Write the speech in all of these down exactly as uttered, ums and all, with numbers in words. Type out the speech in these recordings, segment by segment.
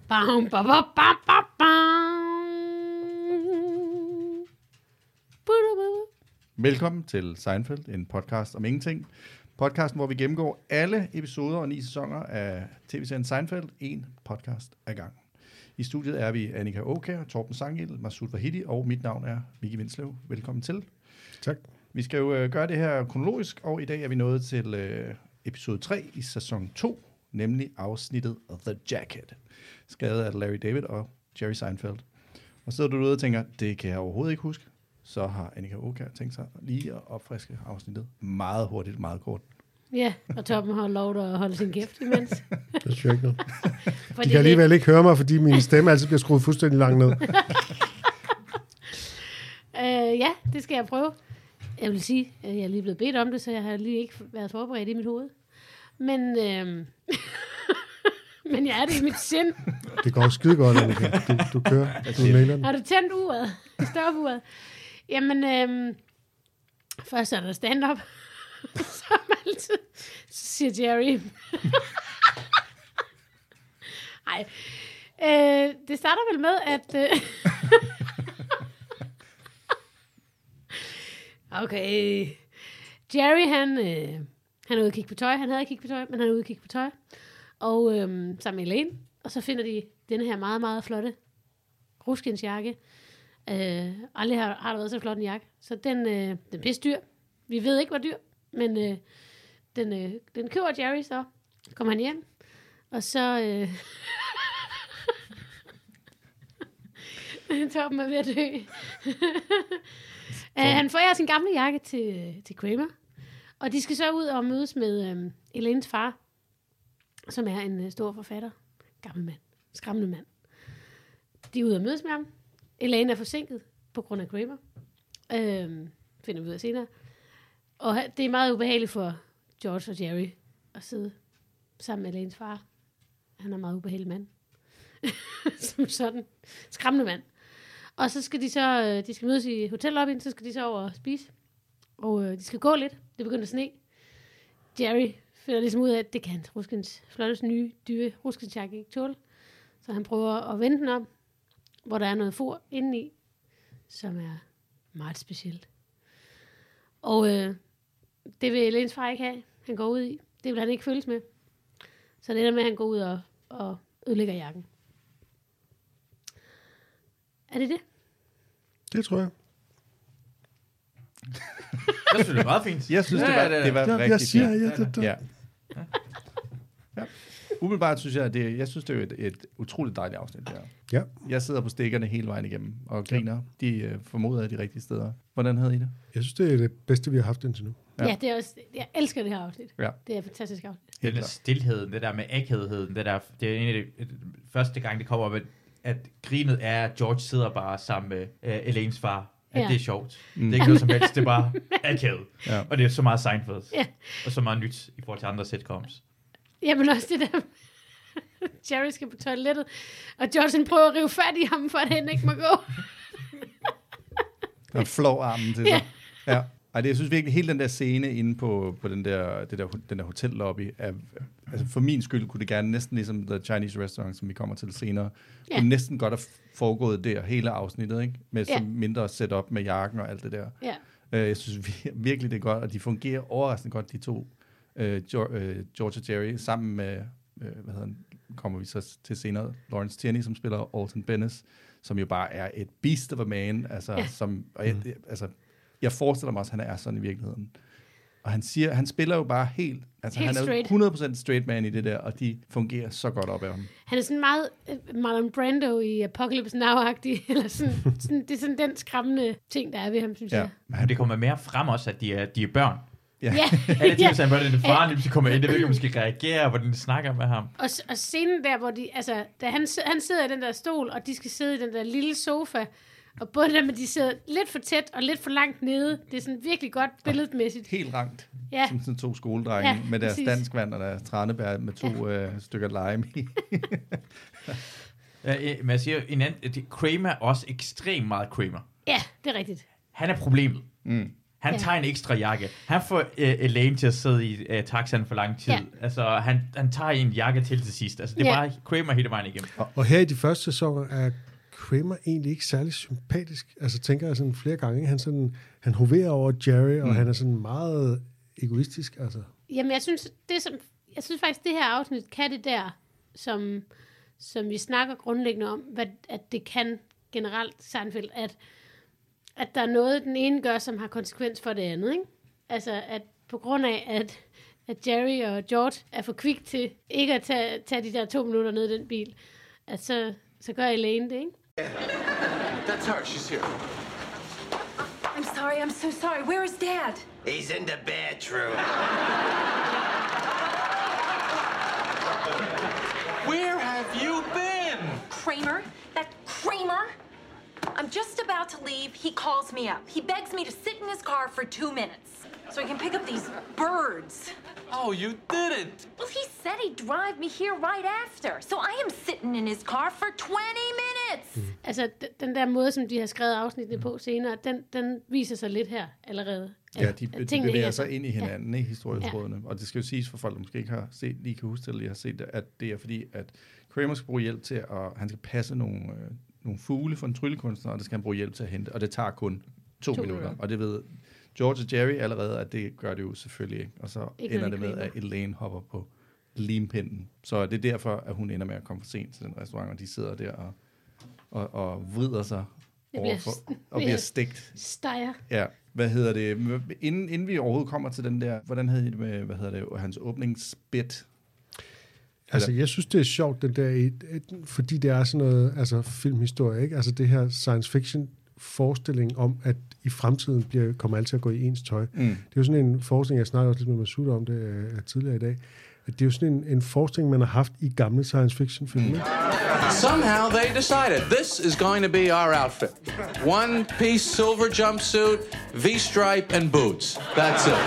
Bam, bam, bam, bam, bam, bam. Velkommen til Seinfeld, en podcast om ingenting. Podcasten, hvor vi gennemgår alle episoder og ni sæsoner af tv-serien Seinfeld, en podcast ad gang. I studiet er vi Annika Aakjær, Torben Sangel, Masud Vahidi, og mit navn er Miki Windslev. Velkommen til. Tak. Vi skal jo øh, gøre det her kronologisk, og i dag er vi nået til øh, episode tre i sæson to, nemlig afsnittet The Jacket, skrevet af Larry David og Jerry Seinfeld. Og sidder du derude og tænker, det kan jeg overhovedet ikke huske, så har Annika Aakjær tænkt sig lige at opfriske afsnittet meget hurtigt, meget kort. Ja, og Torben har lov at holde sin kæft imens. Det synes jeg ikke noget. De kan alligevel ikke høre mig, fordi min stemme altid bliver skruet fuldstændig langt ned. uh, ja, det skal jeg prøve. Jeg vil sige, at jeg er lige blevet bedt om det, så jeg har lige ikke været forberedt i mit hoved. Men, øhm, men jeg er det i mit sind. Det går skide godt, Annika. Du, du kører. Du nailer den. Har du tændt uret? Stopuret? Jamen, øhm, først er der stand-up. Som altid. Så siger Jerry. Ej. Øh, det starter vel med, at... Øh okay. Jerry, han, øh, han er ude at kigge på tøj. Han havde ikke kigget på tøj, men han er ude at kigge på tøj. Og øh, sammen med Elaine. Og så finder de den her meget, meget flotte ruskensjakke. Øh, aldrig har, har der været så flot en jakke. Så den, øh, den pisse dyr. Vi ved ikke, hvor dyr. Men øh, den, øh, den køber Jerry, så kommer han hjem. Og så... Øh, Torben er ved at dø. uh, han forærer sin gamle jakke til, til Kramer. Og de skal så ud og mødes med um, Elaines far, som er en uh, stor forfatter. Gammel mand. Skræmmende mand. De er ude og mødes med ham. Elaine er forsinket på grund af Kramer. Uh, finder vi ud af senere. Og det er meget ubehageligt for George og Jerry at sidde sammen med Elaines far. Han er en meget ubehagelig mand. Som sådan. Skræmmende mand. Og så skal de så, de skal mødes i hotellobbyen, så skal de så over og spise. Og øh, de skal gå lidt. Det begynder at sne. Jerry finder ligesom ud af, at det kan hans ruskens, flotteste nye, dyre ruskensjakke ikke tåle. Så han prøver at vende den om, hvor der er noget for indeni, som er meget specielt. Og øh, det vil Elens far ikke have, han går ud i. Det vil han ikke følges med. Så det er der med, at han går ud og, og ødelægger jakken. Er det det? Det tror jeg. Jeg synes, det er meget fint. Jeg synes, ja, det var, ja, det, det var ja, rigtig jeg siger, fint. ja, det, det. Ja. Ja. Umiddelbart synes jeg, at det, jeg synes, det er et, et utroligt dejligt afsnit. Der. Ja. Jeg sidder på stikkerne hele vejen igennem og griner. De uh, formoder de rigtige steder. Hvordan havde I det? Jeg synes, det er det bedste, vi har haft indtil nu. Ja, ja det er også, jeg elsker det her afsnit. Ja. Det er et fantastisk afsnit. Den der stilheden, det der med akavigheden, det der, det er en af de første gang, det kommer op, at grinet er, at George sidder bare sammen med uh, Elaines far. At ja. det er sjovt. Mm. Det er ikke noget som helst, det er bare akavet. Ja. Og det er så meget Seinfeld. Ja. Og så meget nyt i forhold til andre sitcoms. Jamen også det der, Jerry skal på toilettet, og George prøver at rive fat i ham, for at han ikke må gå. Han flår armen til sig. Ja. Ja. Ej, det, jeg synes virkelig, hele den der scene inde på, på den, der, det der, den der hotellobby, er, altså for min skyld kunne det gerne næsten ligesom The Chinese Restaurant, som vi kommer til senere, ja. kunne næsten godt have foregået der hele afsnittet, ikke? Med ja. så mindre setup med jakken og alt det der. Ja. Uh, jeg synes virkelig, det er godt, og de fungerer overraskende godt, de to, uh, George, uh, George og Jerry, sammen med, uh, hvad hedder han, kommer vi så til senere, Lawrence Tierney, som spiller Alton Bennis, som jo bare er et beast of a man, altså, ja. som, og jeg, altså, jeg forestiller mig også, at han er sådan i virkeligheden. Og han siger, han spiller jo bare helt, altså helt han er straight. hundrede procent straight man i det der, og de fungerer så godt op af ham. Han er sådan meget uh, Marlon Brando i Apocalypse Now-agtig, eller sådan, sådan, det er sådan den skræmmende ting, der er ved ham, synes ja. jeg. Men det kommer mere frem også, at de er, de er børn. Ja. Ja. Alle ting, så han den far, lige kommer ind, det ved ikke, om man skal reagere, hvordan de snakker med ham. Og, og scenen der, hvor de, altså, da han, han sidder i den der stol, og de skal sidde i den der lille sofa, og både dem, de sidder lidt for tæt og lidt for langt nede. Det er sådan virkelig godt billedmæssigt. Helt rangt, ja. som sådan to skoledrenge, ja, med deres præcis. danskvand og deres tranebær med to ja. øh, stykker lime i. ja, men jeg siger, en anden, Kramer er også ekstremt meget Kramer. Ja, det er rigtigt. Han er problemet. Mm. Han Ja. tager en ekstra jakke. Han får uh, Elaine til at sidde i uh, taxaen for lang tid. Ja. Altså, han, han tager en jakke til til sidst. Altså, det er Ja. bare Kramer hele vejen igennem. Og her i de første sæsoner er Kramer egentlig ikke særlig sympatisk. Altså tænker jeg sådan flere gange. Ikke? Han, sådan, han hoverer over Jerry, og Mm. han er sådan meget egoistisk. Altså. Jamen, jeg synes, det som, jeg synes faktisk, det her afsnit kan det der, som, som vi snakker grundlæggende om, hvad, at det kan generelt, Seinfeld, at, at der er noget, den ene gør, som har konsekvens for det andet, ikke? Altså, at på grund af, at, at Jerry og George er for kvik til ikke at tage, tage de der to minutter ned i den bil, at så, så gør Elaine det, ikke? That's her. She's here. I'm sorry, I'm so sorry. Where is Dad? He's in the bedroom. Where have you been? Kramer? That Kramer? I'm just about to leave. He calls me up. He begs me to sit in his car for two minutes so he can pick up these birds. Oh, you didn't. Well, he said he'd drive me here right after. So I am sitting in his car for twenty minutes. Mm. Altså, d- den der måde, som de har skrevet afsnittet på senere, den, den viser sig lidt her allerede. At, Ja, de, at de tingene bevæger hænger sig sammen. ind i hinanden, ja. Ikke, historietrådene. Ja. Og det skal jo siges for folk, der måske ikke har set, lige kan huske det, eller lige har set det, at det er fordi, at Kramer skal bruge hjælp til, at han skal passe nogle, øh, nogle fugle for en tryllekunstner, og det skal han bruge hjælp til at hente, og det tager kun to, To minutter. minutter. Og det ved George og Jerry allerede, at det gør det jo selvfølgelig ikke. Og så Ikke ender når det de med, Kramer. at Elaine hopper på limpinden. Så det er derfor, at hun ender med at komme for sent til den restaurant, og de sidder der og, og, og vrider sig Det bliver overfor, st- og bliver bliver stegt. Steger. Ja, hvad hedder det? Inden, inden vi overhovedet kommer til den der, hvordan havde I det med, hvad hedder det, hans åbningsbit? Altså, jeg synes, det er sjovt, den der, et, et, fordi det er sådan noget, altså filmhistorie, ikke? Altså det her science fiction forestilling om, at i fremtiden bliver, kommer alt til at gå i ens tøj. Mm. Det er jo sådan en forestilling, jeg snakker også lidt med Masud om det uh, tidligere i dag, at det er jo sådan en, en forestilling, man har haft i gamle science fiction film. Mm. Somehow they decided this is going to be our outfit. One piece silver jumpsuit, V-stripe, and boots. That's it.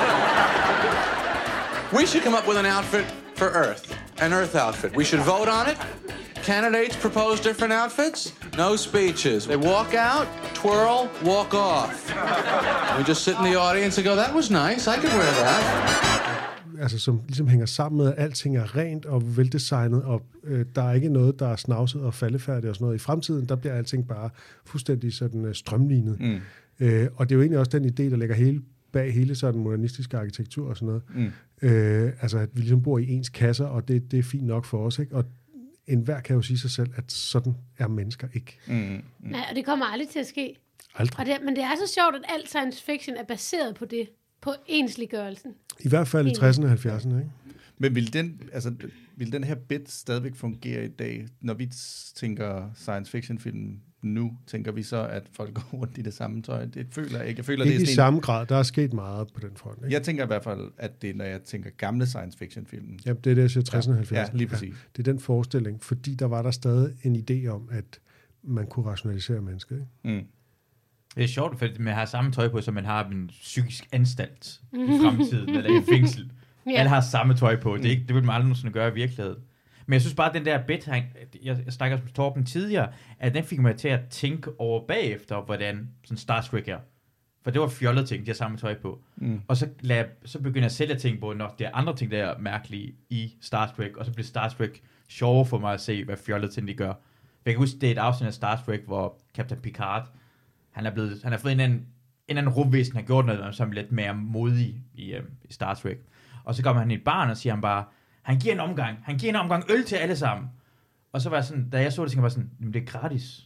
We should come up with an outfit for Earth. An Earth outfit. We should vote on it. Candidates propose different outfits. No speeches. They walk out, twirl, walk off. We just sit in the audience and go, that was nice. I could wear that. Altså som ligesom hænger sammen med, at alting er rent og veldesignet, og øh, der er ikke noget, der er snavset og faldefærdigt og sådan noget. I fremtiden, der bliver alting bare fuldstændig sådan øh, strømlignet. Mm. Øh, og det er jo egentlig også den idé, der ligger hele, bag hele sådan modernistiske arkitektur og sådan noget. Mm. Øh, altså at vi ligesom bor i ens kasser, og det, det er fint nok for os, ikke? Og enhver kan jo sige sig selv, at sådan er mennesker ikke. Mm. Mm. Nej, og det kommer aldrig til at ske. Aldrig. Og det, men det er så sjovt, at alt science fiction er baseret på det. På ensliggørelsen. I hvert fald i tresserne og halvfjerdserne, ikke? Men vil den, altså, vil den her bit stadigvæk fungere i dag? Når vi tænker science fiction film nu, tænker vi så, at folk går rundt i det samme tøj? Det føler jeg ikke. Jeg føler, Ikke det er i sådan samme grad. Der er sket meget på den front, ikke? Jeg tænker i hvert fald, at det er, når jeg tænker gamle science fiction film. Ja, det er det, jeg siger, tresserne og halvfjerdserne. Ja, lige præcis. Ja, det er den forestilling, fordi der var der stadig en idé om, at man kunne rationalisere mennesket, ikke? Mm. Det er sjovt, for man har samme tøj på, som man har en psykisk anstalt i fremtiden, eller i et fængsel. Ja. Alle har samme tøj på. Det, er ikke, det vil man aldrig nogensinde gøre i virkeligheden. Men jeg synes bare, at den der bit, han, jeg, jeg snakker som Torben tidligere, at den fik mig til at tænke over bagefter, hvordan sådan Star Trek er. For det var fjollet ting, de har samme tøj på. Mm. Og så, lad, så begynder jeg selv at tænke på, når det er andre ting, der er mærkelige i Star Trek, og så bliver Star Trek sjovere for mig at se, hvad fjollet ting de gør. Jeg kan huske, det er et afsnit af Star Trek, hvor Captain Picard, han er blevet, han har fået en anden, en anden rumvæsen, har gjort noget, som er lidt mere modig i, øh, i Star Trek. Og så kommer han i et barn, og siger han bare, han giver en omgang, han giver en omgang øl til alle sammen. Og så var jeg sådan, da jeg så det, tænkte jeg bare sådan, jamen det er gratis.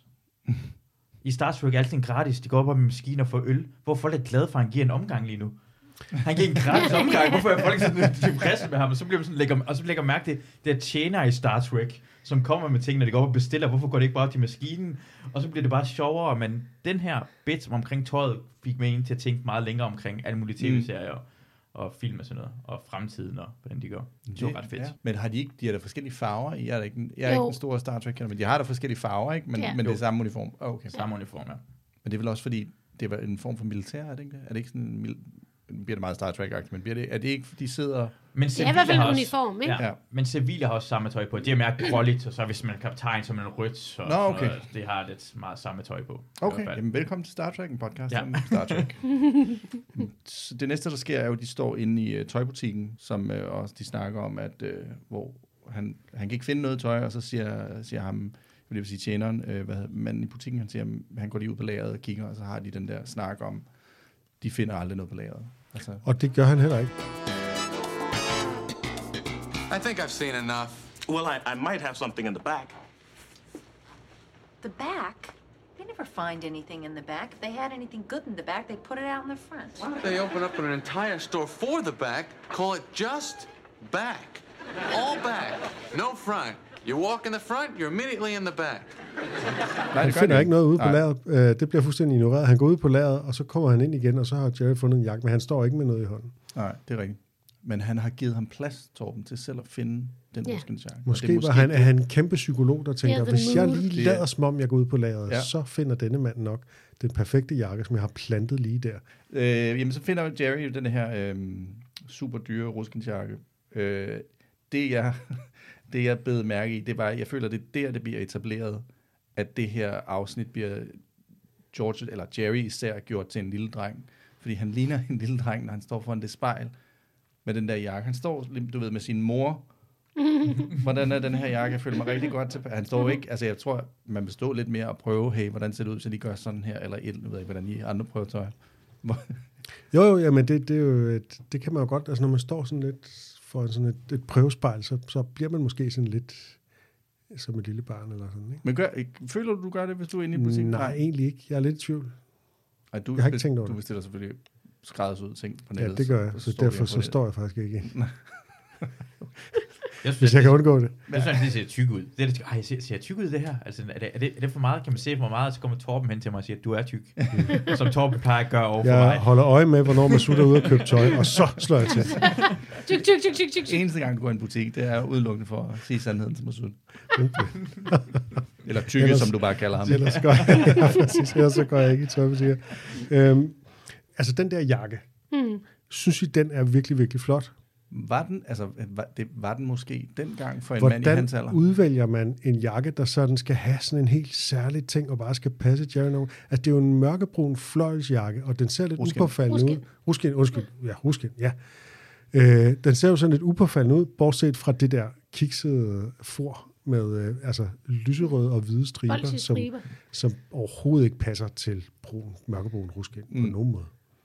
I Star Trek er alting gratis, de går op på med maskiner og får øl. Hvorfor folk er glade for, at han giver en omgang lige nu? Han giver en gratis omgang, hvorfor er folk sådan tilfredse med ham? Og så bliver man sådan, lægger, og så lægger mærke til, det er tjener i Star Trek, som kommer med ting, når de går op og bestiller. Hvorfor går det ikke bare op til maskinen? Og så bliver det bare sjovere, men den her bit som omkring tøjet fik mig ind til at tænke meget længere omkring alle mulige tv-serier mm. og film og sådan noget, og fremtiden og hvordan de gør. Det var ret fedt. Ja. Men har de ikke, de har da forskellige farver? Jeg er, da ikke, jeg er Jo. ikke en stor Star Trek-kender, men de har da forskellige farver, ikke? Men, Ja. men det er Jo. samme uniform. Oh, okay. Samme uniform, ja. Men det er vel også fordi, det var en form for militær, er det ikke det? Er det ikke sådan en mil- bliver det meget Star Trek-agtigt, men bliver det, er det ikke, de sidder Men Det er i hvert fald har en også- uniform, ikke? Ja. Men Sevilla har også samme tøj på. Det er mere gråligt, og så hvis man er kaptajn, så er man rødt. Så, Nå, okay. så det har lidt meget samme tøj på. i Okay, hvert fald. jamen, velkommen til Star Trek, en podcast Ja. om Star Trek. Så det næste, der sker, er jo, at de står inde i uh, tøjbutikken, som uh, også de snakker om, at uh, hvor han, han kan ikke finde noget tøj, og så siger, siger ham, det vil sige tjeneren, uh, hvad hedder, manden i butikken, han siger, han går lige ud på lageret og kigger, og så har de den der snak om, de finder aldrig noget på lageret. Altså, Og det gør han heller ikke. I think I've seen enough. Well, I, I might have something in the back. The back? They never find anything in the back. If they had anything good in the back, they'd put it out in the front. Why don't they open up an entire store for the back, call it just back? All back, no front. You walk in the front, you're immediately in the back. nej, Han det gør finder de ikke noget ude på Nej. lageret. Øh, Det bliver fuldstændig ignoreret. Han går ud på lageret, og så kommer han ind igen, og så har Jerry fundet en jakke, men han står ikke med noget i hånden. Nej, det er rigtigt. Men han har givet ham plads, Torben, til selv at finde den Ja. ruskendsjakke. Måske var han, er han en kæmpe psykolog, der tænker, Yeah, the hvis jeg mood. lige lader som om, jeg går ud på lageret, Ja. så finder denne mand nok den perfekte jakke, som jeg har plantet lige der. Øh, jamen, så finder Jerry jo den her øh, super dyre ruskendsjakke. Øh, det, jeg, det, jeg bed mærke i, det var, jeg føler, det er der, det bliver etableret, at det her afsnit bliver George, eller Jerry især, gjort til en lille dreng. Fordi han ligner en lille dreng, når han står foran det spejl med den der jakke. Han står, du ved, med sin mor. Hvordan er den her jakke? Jeg føler mig rigtig godt til. Han står ikke, altså jeg tror, man vil stå lidt mere og prøve, hey, hvordan ser det ud, så de gør sådan her, eller et, jeg ved ikke, hvordan I andre prøver tøj. Jo, jo, ja, men det, det, er jo et, det kan man jo godt, altså når man står sådan lidt foran sådan et, et prøvespejl, så, så bliver man måske sådan lidt som et lille barn eller sådan, ikke? Men gør, føler du, du gør det, hvis du er inde i butikken? Nej, egentlig ikke. Jeg er lidt i tvivl. Ej, du, Jeg har ikke tænkt over Du det. bestiller selvfølgelig skræddersyede ting på Ja, nettet. det gør jeg, så står derfor jeg så på det. står jeg faktisk ikke ind, Jeg synes, hvis jeg kan undgå det. Jeg synes, det ser tyk ud. Det er, det, ej, ser, ser jeg tyk ud, det her? Altså, er det, er, det, er det for meget? Kan man se for meget? Så kommer Torben hen til mig og siger, at du er tyk. Som Torben plejer at gøre over for Jeg mig. holder øje med, hvornår man sutter ud og køber tøj, og så slår jeg til. Tyk, tyk, tyk, tyk, tyk, tyk. Eneste gang, du går i en butik, det er udelukkende for at sige sandheden til Masud. Eller tykke, Ellers- som du bare kalder ham. Ellers går jeg, ja, præcis, ellers så går jeg ikke i tøjbutikker. Øhm, altså den der jakke, Mm. synes I, den er virkelig, virkelig flot? Var den, altså, var, det, var den måske dengang for en mand i hans Hvordan alder? udvælger man en jakke, der sådan skal have sådan en helt særlig ting, og bare skal passe Jerry nogen? Altså, det er jo en mørkebrun fløjlsjakke, og den ser lidt Ruskin. upåfaldende Ruskin. ud. Ruskin, undskyld. Ja, ruskin, ja. Øh, den ser jo sådan lidt upåfaldende ud, bortset fra det der kiksede for med øh, altså lyserøde og hvide striber, Bolsje som, striber. som overhovedet ikke passer til brun, mørkebrun ruskin mm. på nogen måde.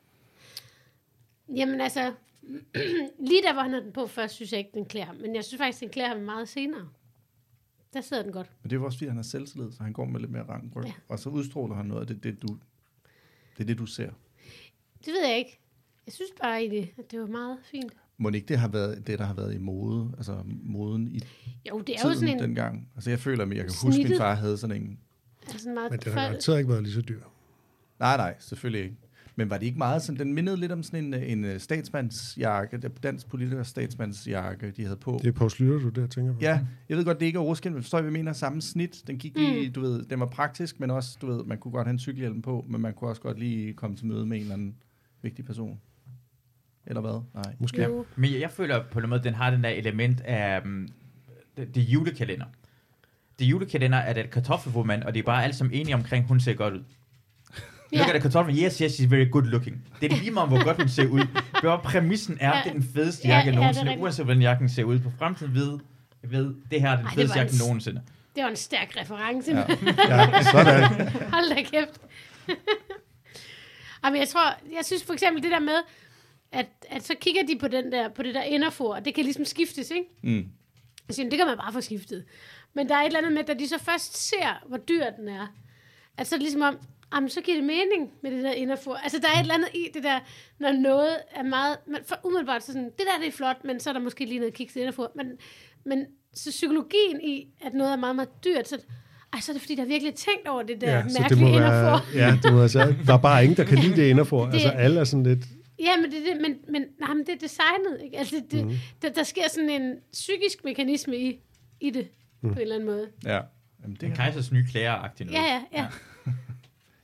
Jamen altså, lige der, hvor han har den på først, synes jeg ikke, den klæder ham. Men jeg synes faktisk, den klæder ham meget senere. Der sidder den godt. Men det er jo også, fordi han har selvtillid, så han går med lidt mere rang ryg. Ja. Og så udstråler han noget af det, det, du, det er det, du ser. Det ved jeg ikke. Jeg synes bare egentlig, at det var meget fint. Må det ikke det har været det, der har været i mode, altså moden i Jo, det er jo tiden sådan en dengang? Altså jeg føler, at jeg kan huske, at min snittet. far havde sådan en... altså en meget Men den har før- garanteret ikke været lige så dyr. Nej, nej, selvfølgelig ikke. Men var det ikke meget sådan, den mindede lidt om sådan en, en statsmandsjakke, der dansk politikers statsmandsjakke, de havde på. Det er Poul Slytter, du der tænker på. Ja, jeg ved godt, det ikke er overskilt, men forstår jeg, hvad jeg mener? Samme snit. Den gik lige, mm. du ved, den var praktisk, men også, du ved, man kunne godt have en cykelhjelm på, men man kunne også godt lige komme til møde med en eller anden vigtig person. Eller hvad? Nej. Måske. Jo. Men jeg, jeg føler på en måde, at den har den der element af um, det, det julekalender. Det julekalender er det kartoffelwoman, og det er bare alle som enige omkring, hun ser godt ud. Ja. Look at the kartoffel. Yes, yes, she's very good looking. Det er lige meget, hvor godt hun ser ud. Det var præmissen er, Ja. det er den fedeste Ja, jakke ja, det er nogensinde. rigtigt. Uanset hvordan jakken ser ud på fremtiden, ved, ved det her er den Ej, det fedeste var jakke en- nogensinde. Det var en stærk reference. Ja. Ja. Ja, sådan. Hold da kæft. Jamen, jeg tror, jeg synes for eksempel det der med, at, at så kigger de på, den der, på det der inderfor, og det kan ligesom skiftes, ikke? Mm. Jeg siger, det kan man bare få skiftet. Men der er et eller andet med, at de så først ser, hvor dyr den er, at så er det ligesom om, jamen, så giver det mening med det der inderfor. Altså, der er et eller andet i det der, når noget er meget... Man, for umiddelbart så sådan, det der det er flot, men så er der måske lige noget kikset inderfor. Men, men så psykologien i, at noget er meget, meget dyrt, så, ej, så er det fordi, der er virkelig tænkt over det der Ja, så det mærkelige må inderfor. være, ja, det må altså, der er bare ingen, der kan lide det inderfor. Det- Altså, alle er sådan lidt... Ja, men det, er det, men, men, nej, men det er designet. Ikke? Altså, det, Mhm. mm. der, der sker sådan en psykisk mekanisme i, i det, Mhm. på en eller anden måde. Ja. Jamen, det En er, kejsers nye klæder-agtig noget. Ja, ja, ja.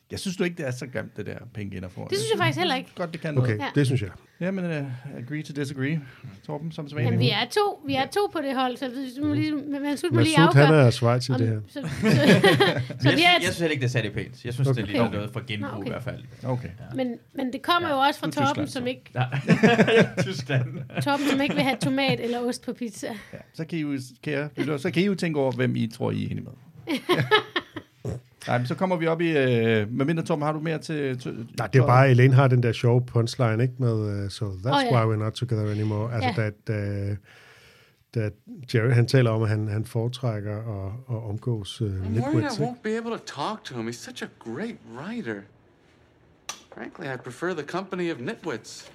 Jeg synes du ikke, det er så grimt, det der penge ind og for. Det synes jeg faktisk heller ikke. Godt, det kan noget. Okay, Ja. det synes jeg. Jamen, uh, agree to disagree. Torben, som som Jamen, vi er to, vi er to på det hold, så vi må lige, man skulle lige Masud, han afgøre. er Schweiz i det her. Så, så, så, jeg, så synes, vi er jeg synes heller ikke, det er særlig pænt. Jeg synes, okay. det er lige Okay. noget for genbrug Nå, okay. i hvert fald. Okay. men, men det kommer jo også fra det er Torben, Tyskland, som så. ikke, Ja. Tyskland. Torben, som ikke vil have tomat eller ost på pizza. Ja, så kan I jo, kære lyttere, så kan I jo tænke over, hvem I tror, I er enige med. Nej, men så kommer vi op i... Øh, med mindre, Torben, har du mere til... til Nej, det er bare, Elaine har den der sjove punchline, ikke? Med, uh, so that's Oh, ja. why we're not together anymore. Altså, Ja. da, da, da Jerry, han taler om, at han, han foretrækker at, at omgås uh, I'm worried nitwits, I ikke? won't be able to talk to him. He's such a great writer. Frankly, I prefer the company of nitwits.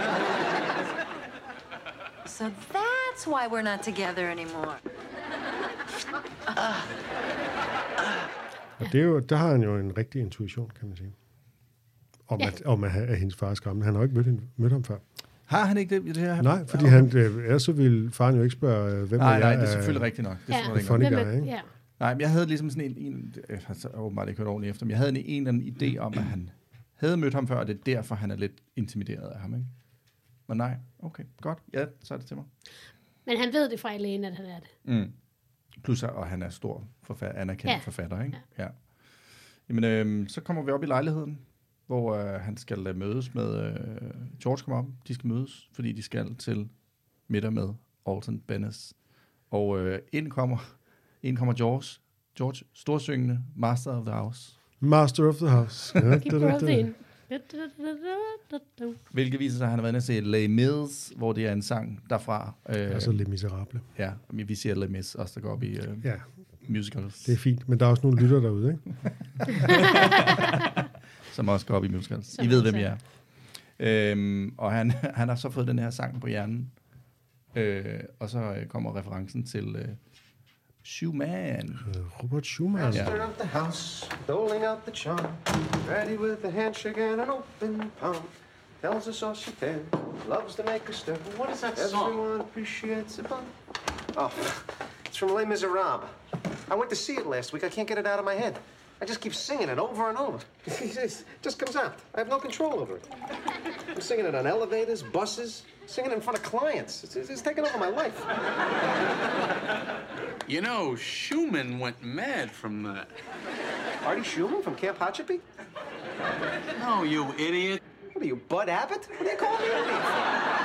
So that's why we're not together anymore. Og det er jo, der har han jo en rigtig intuition, kan man sige. Om, Ja. at, om at, at hendes far er skræmmende. Han har jo ikke mødt, hende, mødt ham før. Har han ikke det? det her? Nej, fordi han, øh, ellers så ville faren jo ikke spørge, øh, hvem Nej, er nej, jeg? det er selvfølgelig rigtigt nok. Det er Ja. selvfølgelig Funny rigtigt nok. guy, Hvem er- ikke? ja. Nej, men jeg havde ligesom sådan en... en jeg har så åbenbart ikke hørt ordentligt efter, men jeg havde en, en eller anden idé om, at han havde mødt ham før, og det er derfor, han er lidt intimideret af ham, ikke? Men nej, okay, godt. Ja, så er det til mig. Men han ved det fra Elaine, at han er det. Mm. Plus, og han er stor forfatter, anerkendt Ja. ja. forfatter, ikke? Ja. ja. Jamen, øhm, så kommer vi op i lejligheden, hvor øh, han skal øh, mødes med... Øh, George kommer op. De skal mødes, fordi de skal til middag med Alton Bennis. Og øh, ind kommer, ind kommer George. George, storsyngende, master of the house. Master of the house. Ja, Keep da, da, da. rolling. Hvilket viser sig, at han har været inde og se Les Mis, hvor det er en sang derfra. Øh, Altså Les Miserables. ja, men vi siger Les Mis, også der går op i øh, Ja, musicals. det er fint. Men der er også nogle lytter derude, ikke? Som også går op i musicals. I ved, hvem jeg er. Øhm, og han, han har så fået den her sang på hjernen. Øh, og så øh, kommer referencen til øh, Schumann. Øh, Robert Schumann. Ja. Master of the house, doling out the charm, ready with a handshake and an open palm. Tells us all she can, loves to make a stir. What is that song? Everyone appreciates it. Oh, it's from Les Miserables. I went to see it last week. I can't get it out of my head. I just keep singing it over and over. It just comes out. I have no control over it. I'm singing it on elevators, buses, singing it in front of clients. It's, it's, it's taking over my life. You know, Schumann went mad from that. Artie Schumann from Camp Hotchkiss? No, you idiot. What are you, Bud Abbott? What do you call me an idiot for?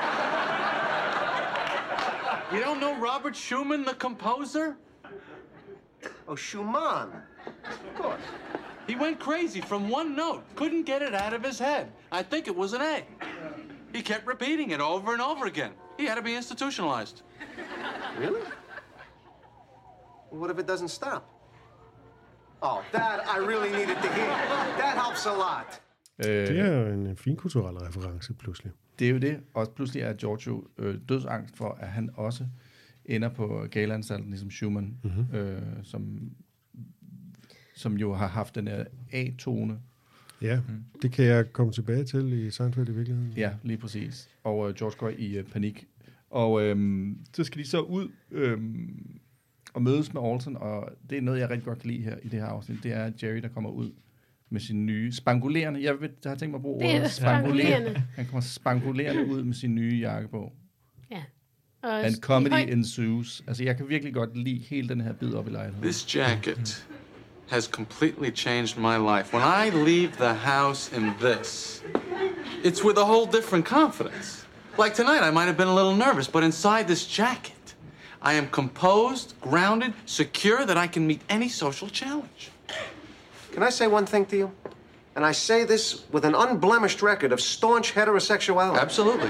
You don't know Robert Schumann, the composer? Oh, Schumann. Of course. He went crazy from one note. Couldn't get it out of his head. I think it was an A. He kept repeating it over and over again. He had to be institutionalized. Really? What if it doesn't stop? Oh, that I really needed to hear. That helps a lot. Øh, Det er jo en fin kulturel reference, pludselig. det er jo det. Og pludselig er George jo øh, dødsangst for, at han også ender på galeanstalten, ligesom Schumann, mm-hmm. øh, som, som jo har haft den her A-tone. Ja, mm. det kan jeg komme tilbage til i Seinfeld i virkeligheden. Ja, lige præcis. Og øh, George går i øh, panik. Og øh, så skal de så ud øh, og mødes med Alton, og det er noget, jeg rigtig godt kan lide her i det her afsnit. Det er Jerry, der kommer ud med sin nye spangulerende. Jeg, ved, jeg har tænkt mig at bruge Det er ordet spangulerende. Han kommer spangulerende ud med sin nye jakke på. Ja. Og And i comedy høj- ensues. Altså, jeg kan virkelig godt lide hele den her bid op i lejligheden. This jacket has completely changed my life. When I leave the house in this, it's with a whole different confidence. Like tonight, I might have been a little nervous, but inside this jacket, I am composed, grounded, secure that I can meet any social challenge. Can I say one thing to you? And I say this with an unblemished record of staunch heterosexuality. Absolutely.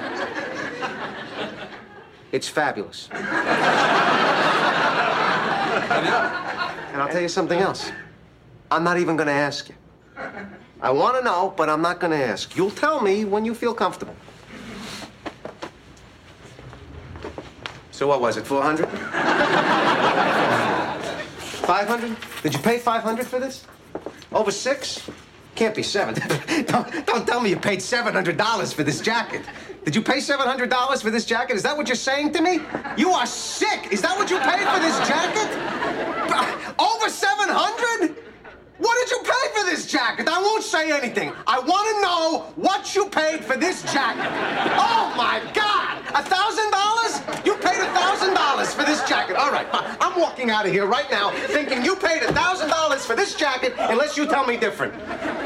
It's fabulous. And I'll tell you something else. I'm not even going to ask you. I want to know, but I'm not going to ask. You'll tell me when you feel comfortable. So what was it, four hundred? five hundred? Did you pay five hundred for this? Over six? Can't be seven. don't, don't tell me you paid seven hundred dollars for this jacket. Did you pay seven hundred dollars for this jacket? Is that what you're saying to me? You are sick. Is that what you paid for this jacket? Over seven hundred? What did you pay for this jacket? I won't say anything. I want to know what you paid for this jacket. Oh, my God. A thousand dollars? You paid a thousand dollars for this jacket. All right, fine. I'm walking out of here right now thinking you paid a thousand dollars for this jacket unless you tell me different.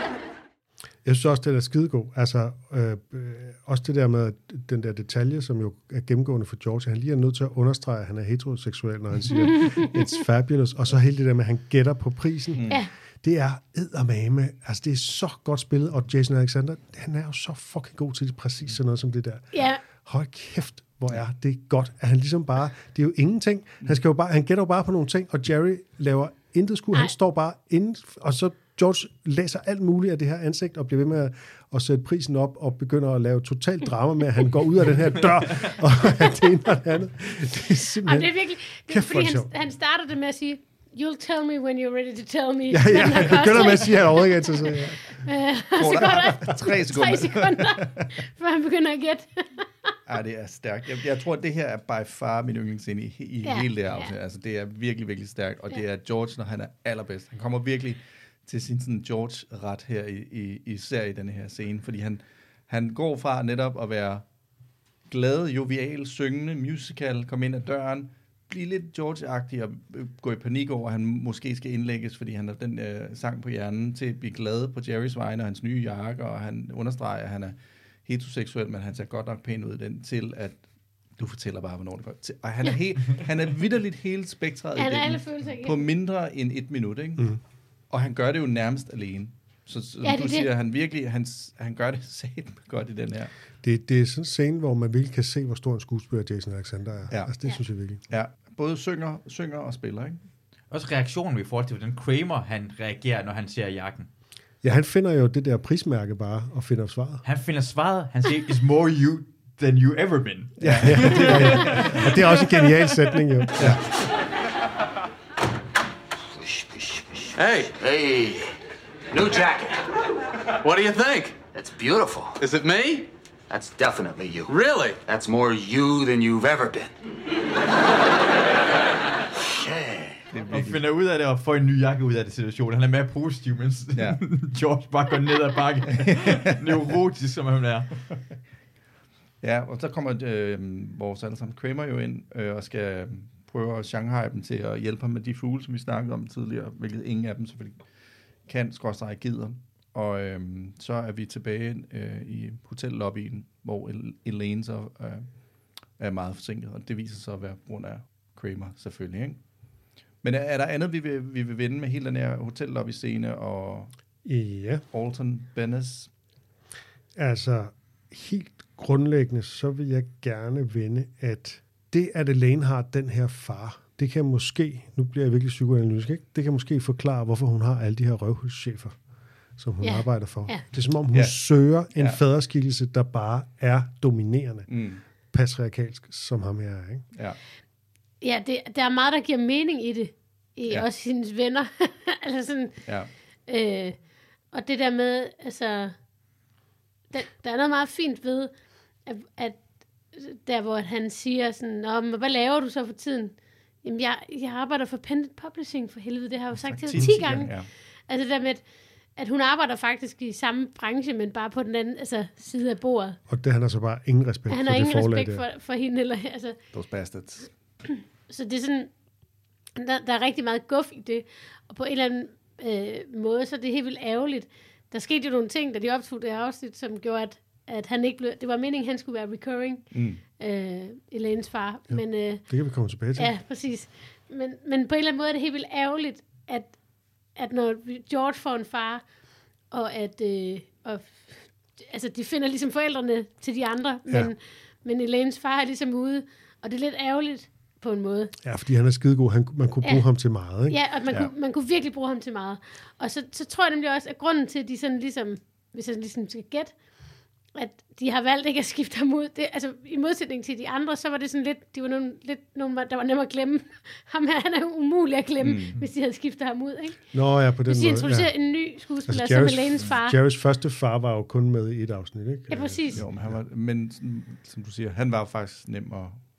Jeg synes også, det er skidegod. Altså, øh, øh, også det der med den der detalje, som jo er gennemgående for George. Han lige er nødt til at understrege, at han er heteroseksuel, når han siger, it's fabulous. Og så hele det der med, at han gætter på prisen. Mm. Ja. Det er eddermame. Altså, det er så godt spillet. Og Jason Alexander, han er jo så fucking god til det, præcis sådan noget som det der. Ja. Hold kæft, hvor er det godt. At han ligesom bare, det er jo ingenting. Han, skal jo bare, han gætter jo bare på nogle ting, og Jerry laver intet skud. Han står bare inden, og så George læser alt muligt af det her ansigt, og bliver ved med at, at sætte prisen op, og begynder at lave total drama med, at han går ud af den her dør, og det ene og det andet. Det er simpelthen... Og det er virkelig... Det er, fordi han, han starter det med at sige, you'll tell me when you're ready to tell me. Ja, ja, han begynder med at sige, at han overhovedet ikke er interesseret. Ja. Øh, så går der tre sekunder. tre sekunder, før han begynder at gætte. Ja, det er stærkt. Jeg, jeg tror, at det her er by far min yndlingsscene i, i ja, hele det her afsnit. Ja. Altså, det er virkelig, virkelig stærkt, og ja. det er George, når han er allerbedst. Han kommer virkelig til sin sådan George-ret her, i, i, især i denne her scene, fordi han, han går fra netop at være glad, jovial, syngende, musical, komme ind ad døren, blive lidt George-agtig og gå i panik over, at han måske skal indlægges, fordi han har den øh, sang på hjernen, til at blive glad på Jerrys vegne og hans nye jakke, og han understreger, at han er heteroseksuel, men han ser godt nok pæn ud i den, til at du fortæller bare, hvornår det går. Og han er, helt, han er vitterligt hele spektret han i er alle den, følelser igen. på mindre end et minut, ikke? Mm. Og han gør det jo nærmest alene. Så som ja, du siger, han virkelig, han, han gør det satme godt i den her. Det, det er sådan en scene, hvor man virkelig kan se, hvor stor en skuespiller Jason Alexander er. Ja. Altså, det ja. synes jeg virkelig. Ja, både synger, synger og spiller, ikke? Også reaktionen i forhold til, hvordan Kramer han reagerer, når han ser jakken. Ja, han finder jo det der prismærke bare, og finder svaret. Han finder svaret. Han siger, it's more you than you ever been. Ja, ja, det er, ja. Og det er også en genial sætning, jo. Ja. Hey, Hey, new jacket. what do you think? That's beautiful. Is it me? That's definitely you. Really? That's more you than you've ever been. Yeah. Og finder ud af det, og får en ny jakke ud af det situation. Han er mere positiv, mens Ja. George bare går ned ad bakken. Neurotisk, som han er. Ja, og så kommer øh, vores allesammen Kramer jo ind, øh, og skal prøve at Shanghai dem til at hjælpe ham med de fugle, som vi snakkede om tidligere, hvilket ingen af dem selvfølgelig kan, skråstrege gider. Og øh, så er vi tilbage øh, i hotellobbyen, hvor Elaine så øh, er meget forsinket, og det viser sig at være på grund af Kramer selvfølgelig, ikke? Men er, er der andet, vi vil, vi vil vende med hele den her hotellobby-scene og Ja. Alton Bennis? Altså, helt grundlæggende, så vil jeg gerne vende, at det, at Elaine har den her far, det kan måske, nu bliver jeg virkelig psykoanalytisk, ikke? Det kan måske forklare, hvorfor hun har alle de her røvhuschefer, som hun Ja. arbejder for. Ja. Det er som om, hun Ja. søger en Ja. faderskikkelse, der bare er dominerende, Mm. patriarkalsk, som ham her er, ikke? Ja. Ja, det, der er meget, der giver mening i det. I Ja. ja. Også hendes venner. altså sådan, Ja. øh, og det der med, altså, der, der er noget meget fint ved, at, at der hvor han siger sådan, Nå, men hvad laver du så for tiden? Jamen, jeg, jeg arbejder for Pendant Publishing, for helvede, det har jeg jo sagt til ham ti gange. Ja. Altså det der med, at, at hun arbejder faktisk i samme branche, men bare på den anden altså, side af bordet. Og det han har så bare ingen respekt Han for har det ingen forlag respekt der. for, for hende. Eller, altså, Those bastards. så det er sådan, der, der er rigtig meget guf i det. Og på en eller anden øh, måde, så er det helt vildt ærgerligt. Der skete jo nogle ting, da de optog det her afsnit, som gjorde, at, at han ikke blev... Det var meningen, at han skulle være recurring, Mm. øh, Elaines far. Ja. Men, øh, Det kan vi komme tilbage til. ja, præcis. Men, men på en eller anden måde er det helt vildt ærgerligt, at, at når George får en far, og at... Øh, og, altså, de finder ligesom forældrene til de andre, men, Ja. men Elaines far er ligesom ude, og det er lidt ærgerligt på en måde. Ja, fordi han er skidegod. Han, man kunne bruge Ja. ham til meget, ikke? Ja, og man, Ja. ja. Kunne, man kunne virkelig bruge ham til meget. Og så, så tror jeg nemlig også, at grunden til, at de sådan ligesom, hvis jeg ligesom skal gætte, at de har valgt ikke at skifte ham ud. Det, altså, i modsætning til de andre, så var det sådan lidt, de var nogle, lidt nogle, der var nemmere at glemme. Ham her, han er umulig at glemme, mm. hvis de havde skiftet ham ud, ikke? Nå ja, på den Hvis de måde. introducerer Ja. en ny skuespiller, Altså, som Jerrys, Elaines far. Jerrys første far var jo kun med i et afsnit, ikke? Ja, præcis. Jo, men, han var, men som du siger, han var jo faktisk nem at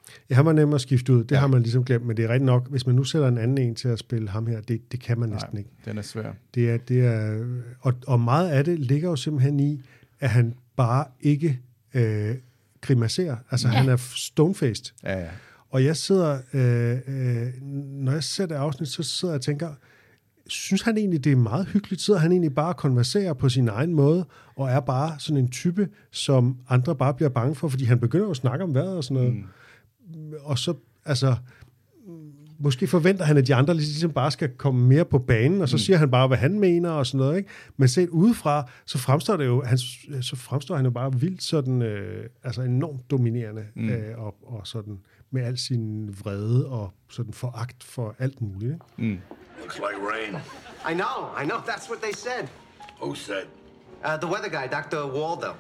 Ja, han var nem at skifte ud. Det ja. har man ligesom glemt, men det er rigtigt nok. Hvis man nu sætter en anden en til at spille ham her, det, det kan man næsten Nej, ikke. Den er svær. Det er, det er, og, og meget af det ligger jo simpelthen i, at han bare ikke øh, grimaserer. Altså, ja. han er stonefaced. Ja, ja. Og jeg sidder, øh, øh, når jeg ser det afsnit, så sidder jeg og tænker, synes han egentlig, det er meget hyggeligt? Sidder han egentlig bare og konverserer på sin egen måde, og er bare sådan en type, som andre bare bliver bange for, fordi han begynder at snakke om vejret og sådan noget. Mm. Og så, altså, måske forventer han, at de andre ligesom bare skal komme mere på banen, og så mm. siger han bare, hvad han mener og sådan noget, ikke? Men set udefra, så fremstår det jo, han, så fremstår han jo bare vildt sådan, øh, altså enormt dominerende, mm. øh, og, og sådan, med al sin vrede og sådan foragt for alt muligt, ikke? Mm. Looks like rain. I know, I know. That's what they said. Who said? Uh, the weather guy, Doctor Waldo.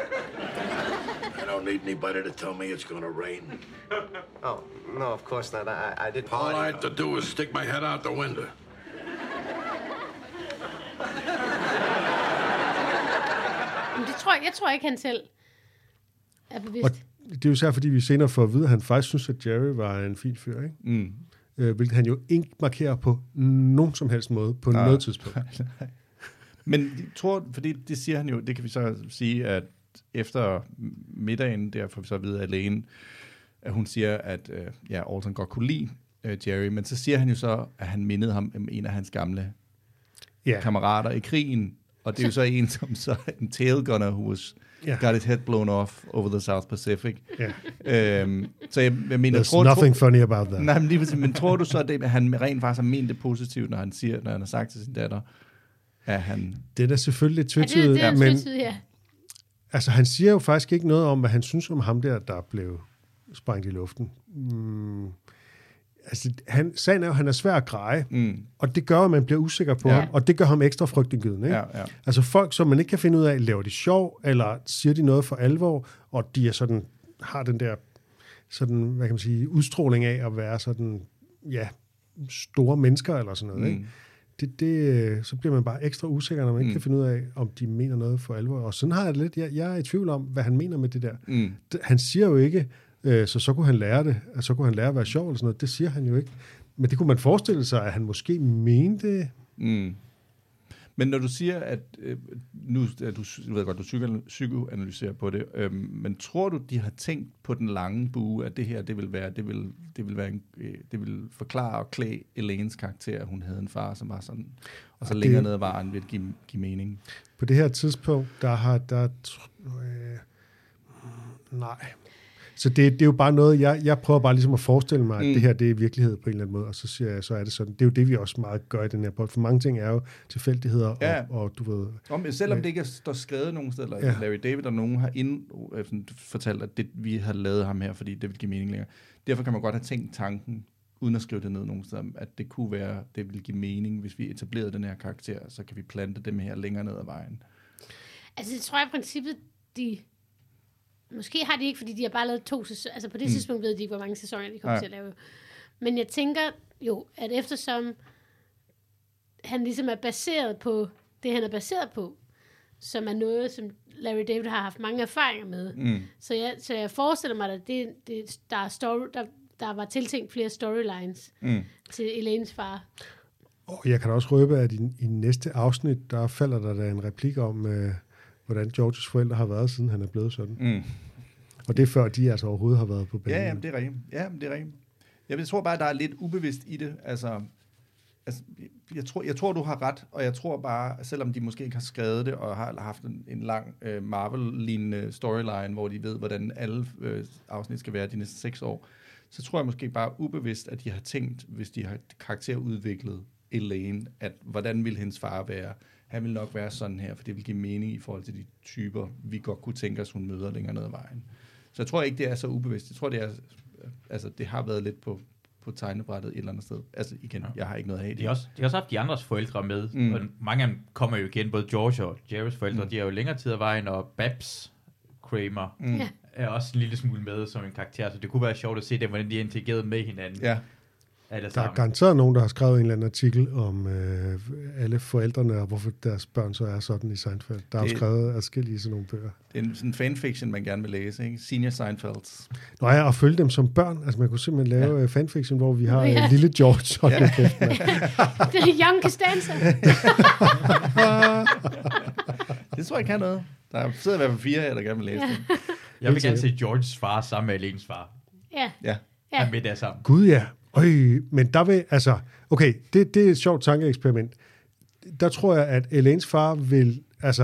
I don't need anybody to tell me it's gonna rain. Oh, no, of course not. I, I didn't... All I have to do is stick my head out the window. Men det tror jeg, jeg tror ikke, han selv er bevidst. Og det er jo så fordi vi senere får at vide, at han faktisk synes, at Jerry var en fin fyr, ikke? Mm. Øh, hvilket han jo ikke markerer på nogen som helst måde, på Nej. noget tidspunkt. Men jeg tror, fordi det siger han jo, det kan vi så sige, at efter middagen, der får vi så at vide alene, at hun siger, at øh, ja, Alton godt kunne lide øh, Jerry, men så siger han jo så, at han mindede ham om en af hans gamle yeah. kammerater i krigen, og det er jo så en, som så en tailgunner, who was yeah. got his head blown off over the South Pacific. Yeah. Øhm, så jeg, jeg mener, There's tror, nothing tror, funny about that. Nej, men, lige, men tror du så, at han rent faktisk har ment det positivt, når han siger, når han har sagt til sin datter, at han... Det er da selvfølgelig tvetydigt, ja, det, det er men tvetydigt, ja. altså, han siger jo faktisk ikke noget om, hvad han synes om ham der, der blev sprængt i luften. Mm. Altså, han, sagen er jo, at han er svær at greje, mm. og det gør, at man bliver usikker på ja. ham, og det gør ham ekstra frygtindgydende. Ikke? Ja, ja. Altså folk, som man ikke kan finde ud af, laver de sjov, eller siger de noget for alvor, og de er sådan, har den der sådan, hvad kan man sige, udstråling af at være sådan, ja, store mennesker, eller sådan noget, mm. ikke? Det, det, så bliver man bare ekstra usikker, når man ikke mm. kan finde ud af, om de mener noget for alvor. Og sådan har jeg det lidt. Jeg, jeg er i tvivl om, hvad han mener med det der. Mm. Det, han siger jo ikke, øh, så så kunne han lære det, og så kunne han lære at være sjov, eller sådan noget. Det siger han jo ikke. Men det kunne man forestille sig, at han måske mente. Mm. Men når du siger, at øh, nu at du, du ved godt, du psyko- psykoanalyserer på det, øh, men tror du, de har tænkt på den lange bue, at det her, det vil være, det vil, det vil være, en, øh, det vil forklare og klæde Elaines karakter, at hun havde en far, som var sådan, og så og længere det, ned ad vejen vil give, give mening? På det her tidspunkt, der har, der, øh, nej. Så det, det er jo bare noget, jeg, jeg prøver bare ligesom at forestille mig, at mm. det her, det er virkelighed på en eller anden måde, og så siger jeg, så er det sådan. Det er jo det, vi også meget gør i den her pod. For mange ting er jo tilfældigheder, ja. og, og du ved... Om, selvom ja. det ikke står skrevet nogen steder, eller ja. Larry David og nogen har ind, øh, sådan, fortalt, at det, vi har lavet ham her, fordi det vil give mening længere. Derfor kan man godt have tænkt tanken, uden at skrive det ned nogen steder, at det kunne være, det ville give mening, hvis vi etablerede den her karakter, så kan vi plante dem her længere ned ad vejen. Altså, det tror jeg i princippet, de... Måske har de ikke, fordi de har bare lavet to sæsoner. Altså på det mm. tidspunkt ved de ikke, hvor mange sæsoner de kommer ja. til at lave. Men jeg tænker jo, at eftersom han ligesom er baseret på det, han er baseret på, som er noget, som Larry David har haft mange erfaringer med. Mm. Så, jeg, så jeg forestiller mig, at det, det, der, er story, der, der var tiltænkt flere storylines mm. til Elaines far. Og jeg kan da også røbe, at i, i næste afsnit, der falder der, der en replik om... Øh, hvordan Georges forældre har været, siden han er blevet sådan. Mm. Og det er før, de altså overhovedet har været på banen. Ja, jamen, det er rigtigt. Ja, det er rigtigt. Jeg tror bare, der er lidt ubevidst i det. Altså, altså jeg, tror, jeg tror, du har ret, og jeg tror bare, selvom de måske ikke har skrevet det, og har haft en, en lang uh, Marvel-lignende storyline, hvor de ved, hvordan alle uh, afsnit skal være de næste seks år, så tror jeg måske bare ubevidst, at de har tænkt, hvis de har karakterudviklet Elaine, at hvordan vil hendes far være? Han vil nok være sådan her, for det vil give mening i forhold til de typer, vi godt kunne tænke os, hun møder længere ned ad vejen. Så jeg tror ikke, det er så ubevidst. Jeg tror, det er, altså, det har været lidt på, på tegnebrættet et eller andet sted. Altså igen, ja. jeg har ikke noget af det. De har også, de har også haft de andres forældre med, mm. og mange af dem kommer jo igen, både George og Jerrys forældre, mm. de er jo længere tid ad vejen, og Babs Kramer mm. er også en lille smule med som en karakter, så det kunne være sjovt at se dem, hvordan de er integreret med hinanden. Ja. Der er garanteret nogen, der har skrevet en eller anden artikel om, øh, alle forældrene, og hvorfor deres børn så er sådan i Seinfeld. Der er jo Det- skrevet adskillige sådan nogle bøger. Det er en sådan fanfiction, man gerne vil læse, ikke? Senior Seinfelds. Nå ja, og følge dem som børn. Altså man kunne simpelthen lave ja. fanfiction, hvor vi har Ja. ja. lille George. Hold Ja. ja. kæft, mand. Det er Young Costanza. Det tror jeg kan noget. Der sidder i hvert fald fire her, der gerne vil læse Ja. det. Jeg vil gerne se Georges far sammen med Elenes far. Ja. Ja. Ja. Han er med der sammen. Gud ja. Øj, men der vil, altså, okay, det, det er et sjovt tankeeksperiment. Der tror jeg, at Elaines far vil, altså,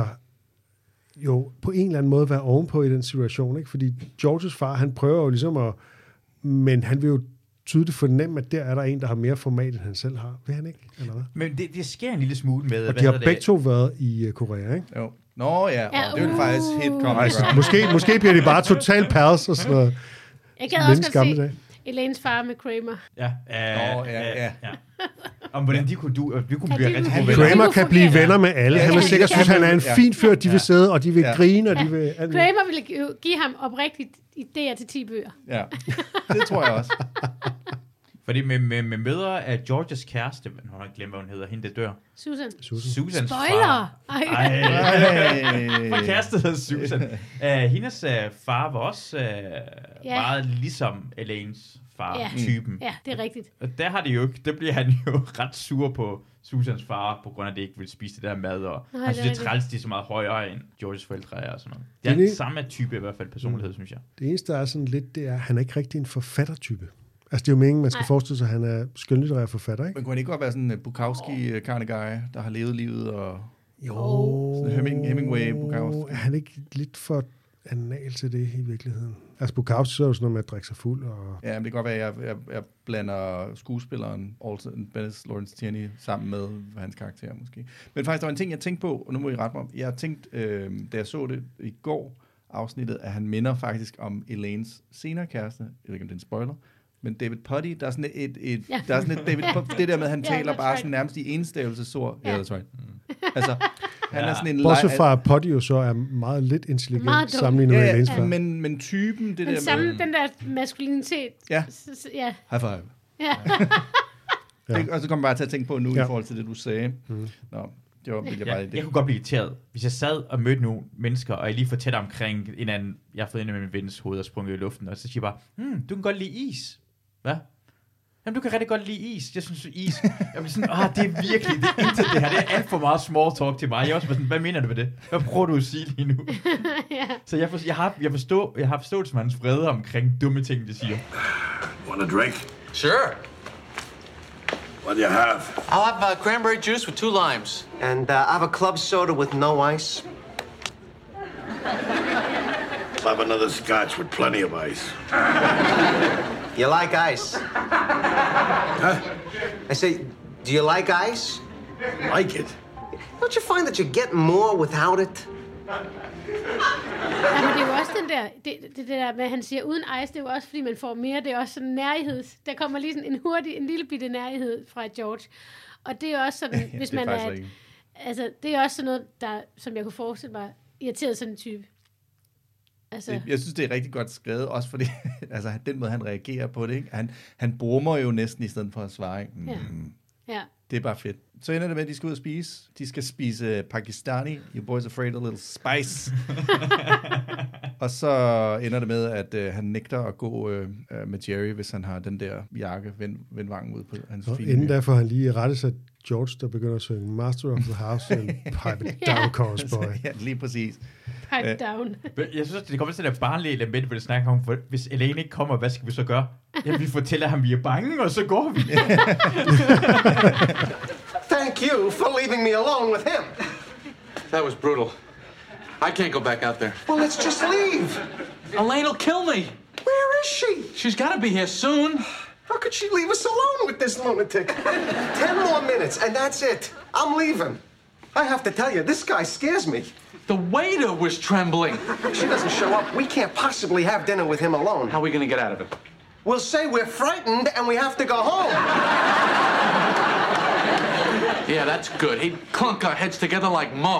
jo på en eller anden måde være ovenpå i den situation, ikke? Fordi Georges far, han prøver jo ligesom at, men han vil jo tydeligt fornemme, at der er der en, der har mere format, end han selv har. Vil han ikke? Eller hvad? Men det, det sker en lille smule med... Og hvad de har hedder begge det? to været i uh, Korea, ikke? Jo. Nå ja, Ja, og det er jo uh. faktisk hit comic Altså, ground. måske, måske bliver de bare totalt pals og sådan noget. Jeg gad også Længes godt gamle se dage. Elaine's far med Kramer. Ja, øh, Nå, ja, ja. ja. Om hvordan de kunne, du, vi kunne Ja, blive de rigtig kunne- gode venner. Kramer kunne kan blive fungere. venner med alle. Ja, Han vil ja, sikkert ja, synes, han er en ja. fin fyr. De vil Ja. sidde, og de vil Ja. grine, og de vil... alt muligt. Kramer ville gi- give ham oprigtigt idéer til ti bøger. Ja, det tror jeg også. Fordi med, med, med mødre af Georges kæreste, men hun har glemt, hvad hun hedder, hende der dør. Susan. Susan. Susans Spoiler! far. Ej. Ej. Ej. For kæreste hedder Susan. Uh, hendes uh, far var også uh, Ja. meget ligesom Elaines far, Ja. typen. Ja, det er rigtigt. Og der har de jo ikke, der bliver han jo ret sur på Susans far, på grund af, at det ikke vil spise det der mad, og Nej, han det er synes, det er rigtigt. træls, de er så meget højere end Georges forældre er og sådan noget. Det er Det er den det- samme type i hvert fald personlighed, synes jeg. Det eneste, der er sådan lidt, det er, at han er ikke rigtig en forfattertype. Altså, det er jo meningen, man skal Nej. forestille sig, at han er skønlitterær forfatter, ikke? Men kunne han ikke godt være sådan en Bukowski kind of guy, der har levet livet og... Jo. Sådan Heming, Hemingway, Bukowski. Er han ikke lidt for anal til det i virkeligheden? Altså, Bukowski så er jo sådan noget med at drikke sig fuld, og... Ja, men det kan godt være, at jeg, jeg, jeg blander skuespilleren Alton Bennis, Lawrence Tierney sammen med hans karakter måske. Men faktisk, der var en ting, jeg tænkte på, og nu må I rette mig om. Jeg tænkte, øh, da jeg så det i går, afsnittet, at han minder faktisk om Elaines senere kæreste. Jeg ved ikke, om det er en spoiler. Men David Puddy, der er sådan et, et, et Ja. der er sådan et David, det der med, at han Ja, taler that's bare right. sådan nærmest i enstavelsesord. Ja, Ja. yeah, that's right. Altså, han Ja. er sådan en... Bortset leg- fra, at Potty jo så er meget lidt intelligent Meget dum. sammenlignet Ja, med ja, Elaines ja, far. men, men typen, det Den der samme, med... den der maskulinitet. Ja. S- s- Ja. High five. Ja. Ja. Det, og så kommer jeg bare til at tænke på nu, Ja. i forhold til det, du sagde. Mm. Nå, det var vil jeg Ja, bare... jeg kunne godt blive irriteret, hvis jeg sad og mødte nogle mennesker, og jeg lige fortæller omkring en anden, jeg har fået en af min vens hoved og sprunget i luften, og så siger jeg bare, hmm, du kan godt lide is. Hvad? Jamen, du kan rigtig godt lide is. Jeg synes, is... Jeg bliver sådan, ah, det er virkelig, det er intet det her. Det er alt for meget small talk til mig. Jeg er også bare sådan, hvad mener du med det? Hvad prøver du at sige lige nu? Ja. Så jeg, for, jeg, har, jeg, forstår, jeg har forståelse med hans vrede omkring dumme ting, de siger. Want a drink? Sure. What do you have? I'll have uh, cranberry juice with two limes. And uh, I have a club soda with no ice. I'll have another scotch with plenty of ice. You like ice? Huh? I say, do you like ice? Like it? Don't you find that you get more without it? Ja, men det er jo også den der, det, det, det der med, at han siger uden ice, det er jo også, fordi man får mere, det er også sådan nærhed. Der kommer lige sådan en hurtig, en lille bitte nærhed fra George. Og det er også sådan, Ja, hvis det er man er, faktisk et, rigtigt. altså, det er også sådan noget, der, som jeg kunne forestille mig, irriteret sådan en type. Altså, Det, jeg synes, det er rigtig godt skrevet, også fordi, altså den måde, han reagerer på det, ikke? Han, han brummer jo næsten i stedet for at svare, ikke? Mm, Ja. ja. Det er bare fedt. Så ender det med, at de skal ud og spise. De skal spise pakistani. You boys afraid of a little spice. Og så ender det med, at øh, han nægter at gå øh, med Jerry, hvis han har den der jakke vend, vendvangen ud på hans Og fine inden fyr. da får han lige rettet sig George, der begynder at synge Master of the House and Pipe It Down, Chorus Boy. Ja, lige præcis. Pipe Øh. down. Men jeg synes, det kommer til det der barnlige element, hvor det snakker om, for hvis Elaine ikke kommer, hvad skal vi så gøre? Ja, vi fortæller ham, vi er bange, og så går vi. Thank you for leaving me alone with him. That was brutal. I can't go back out there. Well, let's just leave. Elaine will kill me. Where is she? She's got to be here soon. How could she leave us alone with this lunatic? Ten more minutes, and that's it. I'm leaving. I have to tell you, this guy scares me. The waiter was trembling. If she doesn't show up, we can't possibly have dinner with him alone. How are we going to get out of it? We'll say we're frightened and we have to go home. Yeah, that's good. He'd clunk our heads together like Mo.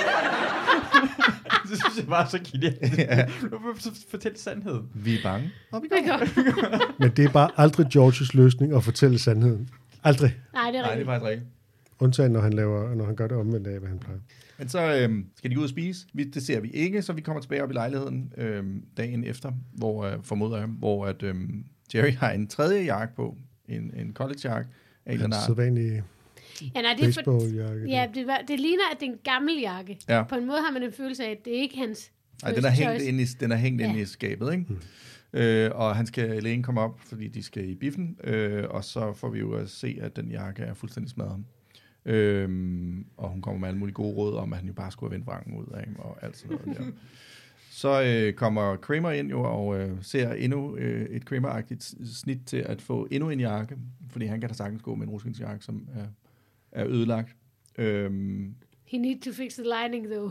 Det synes jeg var så genialt. Fortæl sandheden. Vi er bange. Og vi Det går. Men det er bare aldrig Georges løsning at fortælle sandheden. Aldrig. Nej, det er Nej, det er rigtigt. faktisk rigtigt. Undtagen, når han, laver, når han gør det omvendt af, hvad han plejer. Men så øh, skal de ud og spise. Vi, det ser vi ikke, så vi kommer tilbage op i lejligheden øh, dagen efter, hvor, øh, formoder jeg, hvor at, øh, Jerry har en tredje jakke på, en, en college-jakke. En sædvanlig ja, nej, det er baseball-jakke. Ja, det, var, det ligner, at det er en gammel jakke. Ja. På en måde har man en følelse af, at det er ikke hans Nej, den er hængt ind i, den er hængt ja. ind i skabet, ikke? Hmm. Øh, og han skal alene komme op, fordi de skal i biffen, øh, og så får vi jo at se, at den jakke er fuldstændig smadret. Øhm, og hun kommer med alle mulige gode råd om, at han jo bare skulle have vendt vrangen ud af og alt sådan noget der. Så øh, kommer Kramer ind jo og øh, ser endnu øh, et Kramer-agtigt snit til at få endnu en jakke, fordi han kan da sagtens gå med en ruskindsjakke, som er, er ødelagt. Øhm. He need to fix the lining, though.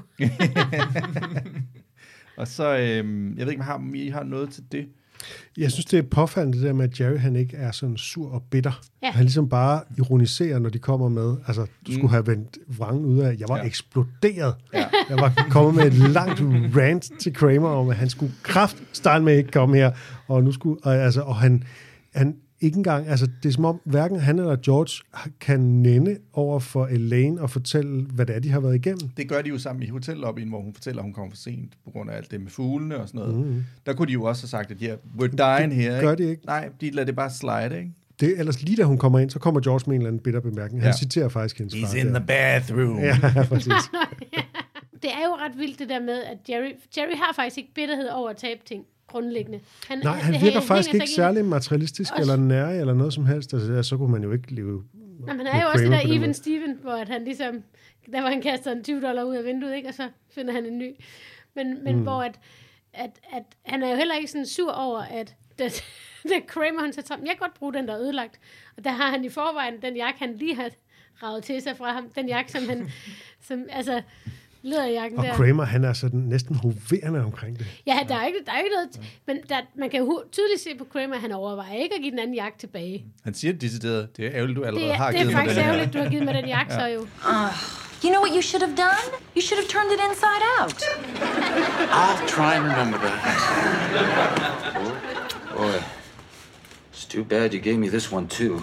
Og så, øh, jeg ved ikke, om I har noget til det. Jeg synes, det er påfaldende det der med, at Jerry han ikke er sådan sur og bitter. Ja. Han ligesom bare ironiserer, når de kommer med, altså, du mm. skulle have vendt vrangen ud af, jeg var ja. eksploderet. Ja. Jeg var kommet med et langt rant til Kramer om, at han skulle kraftstarte med ikke komme her, og nu skulle, og, altså, og han, han ikke engang, altså det er som om, hverken han eller George kan nænde over for Elaine og fortælle, hvad det er, de har været igennem. Det gør de jo sammen i hotellobbyen, hvor hun fortæller, at hun kommer for sent, på grund af alt det med fuglene og sådan noget. Mm. Der kunne de jo også have sagt, at yeah, we're dying det here. Gør ikke? de ikke. Nej, de lader det bare slide, ikke? Det, ellers lige da hun kommer ind, så kommer George med en eller anden bitter bemærkning. Han ja. citerer faktisk hendes far. He's in der. the bathroom. Ja, præcis. Det er jo ret vildt det der med, at Jerry, Jerry har faktisk ikke bitterhed over at tabe ting. Grundlæggende. Han, Nej, han virker faktisk ikke særlig materialistisk også, eller nærig eller noget som helst. Altså, så kunne man jo ikke leve. Nå, men han er jo også det der Even Steven, hvor at han ligesom, der var han kaster en tyve dollar ud af vinduet, ikke? Og så finder han en ny. Men, men mm. hvor at, at, at, han er jo heller ikke sådan sur over, at da, da Kramer han tager sammen, jeg kan godt bruge den, der er ødelagt. Og der har han i forvejen den jakke, han lige har raget til sig fra ham. Den jakke, som han, som, altså, læderjakken og der. Og Kramer, han er sådan næsten hoverende omkring det. Ja, der er ikke, der er ikke noget, men der, man kan jo tydeligt se på Kramer, han overvejer ikke at give den anden jakke tilbage. Han siger decideret, det er ærgerligt, du allerede det, har det givet mig den. Det er faktisk ærgerligt, du har givet mig den jakke, ja. Så jo. Uh, you know what you should have done? You should have turned it inside out. I'll try and remember that. Oh, boy, it's too bad you gave me this one, too.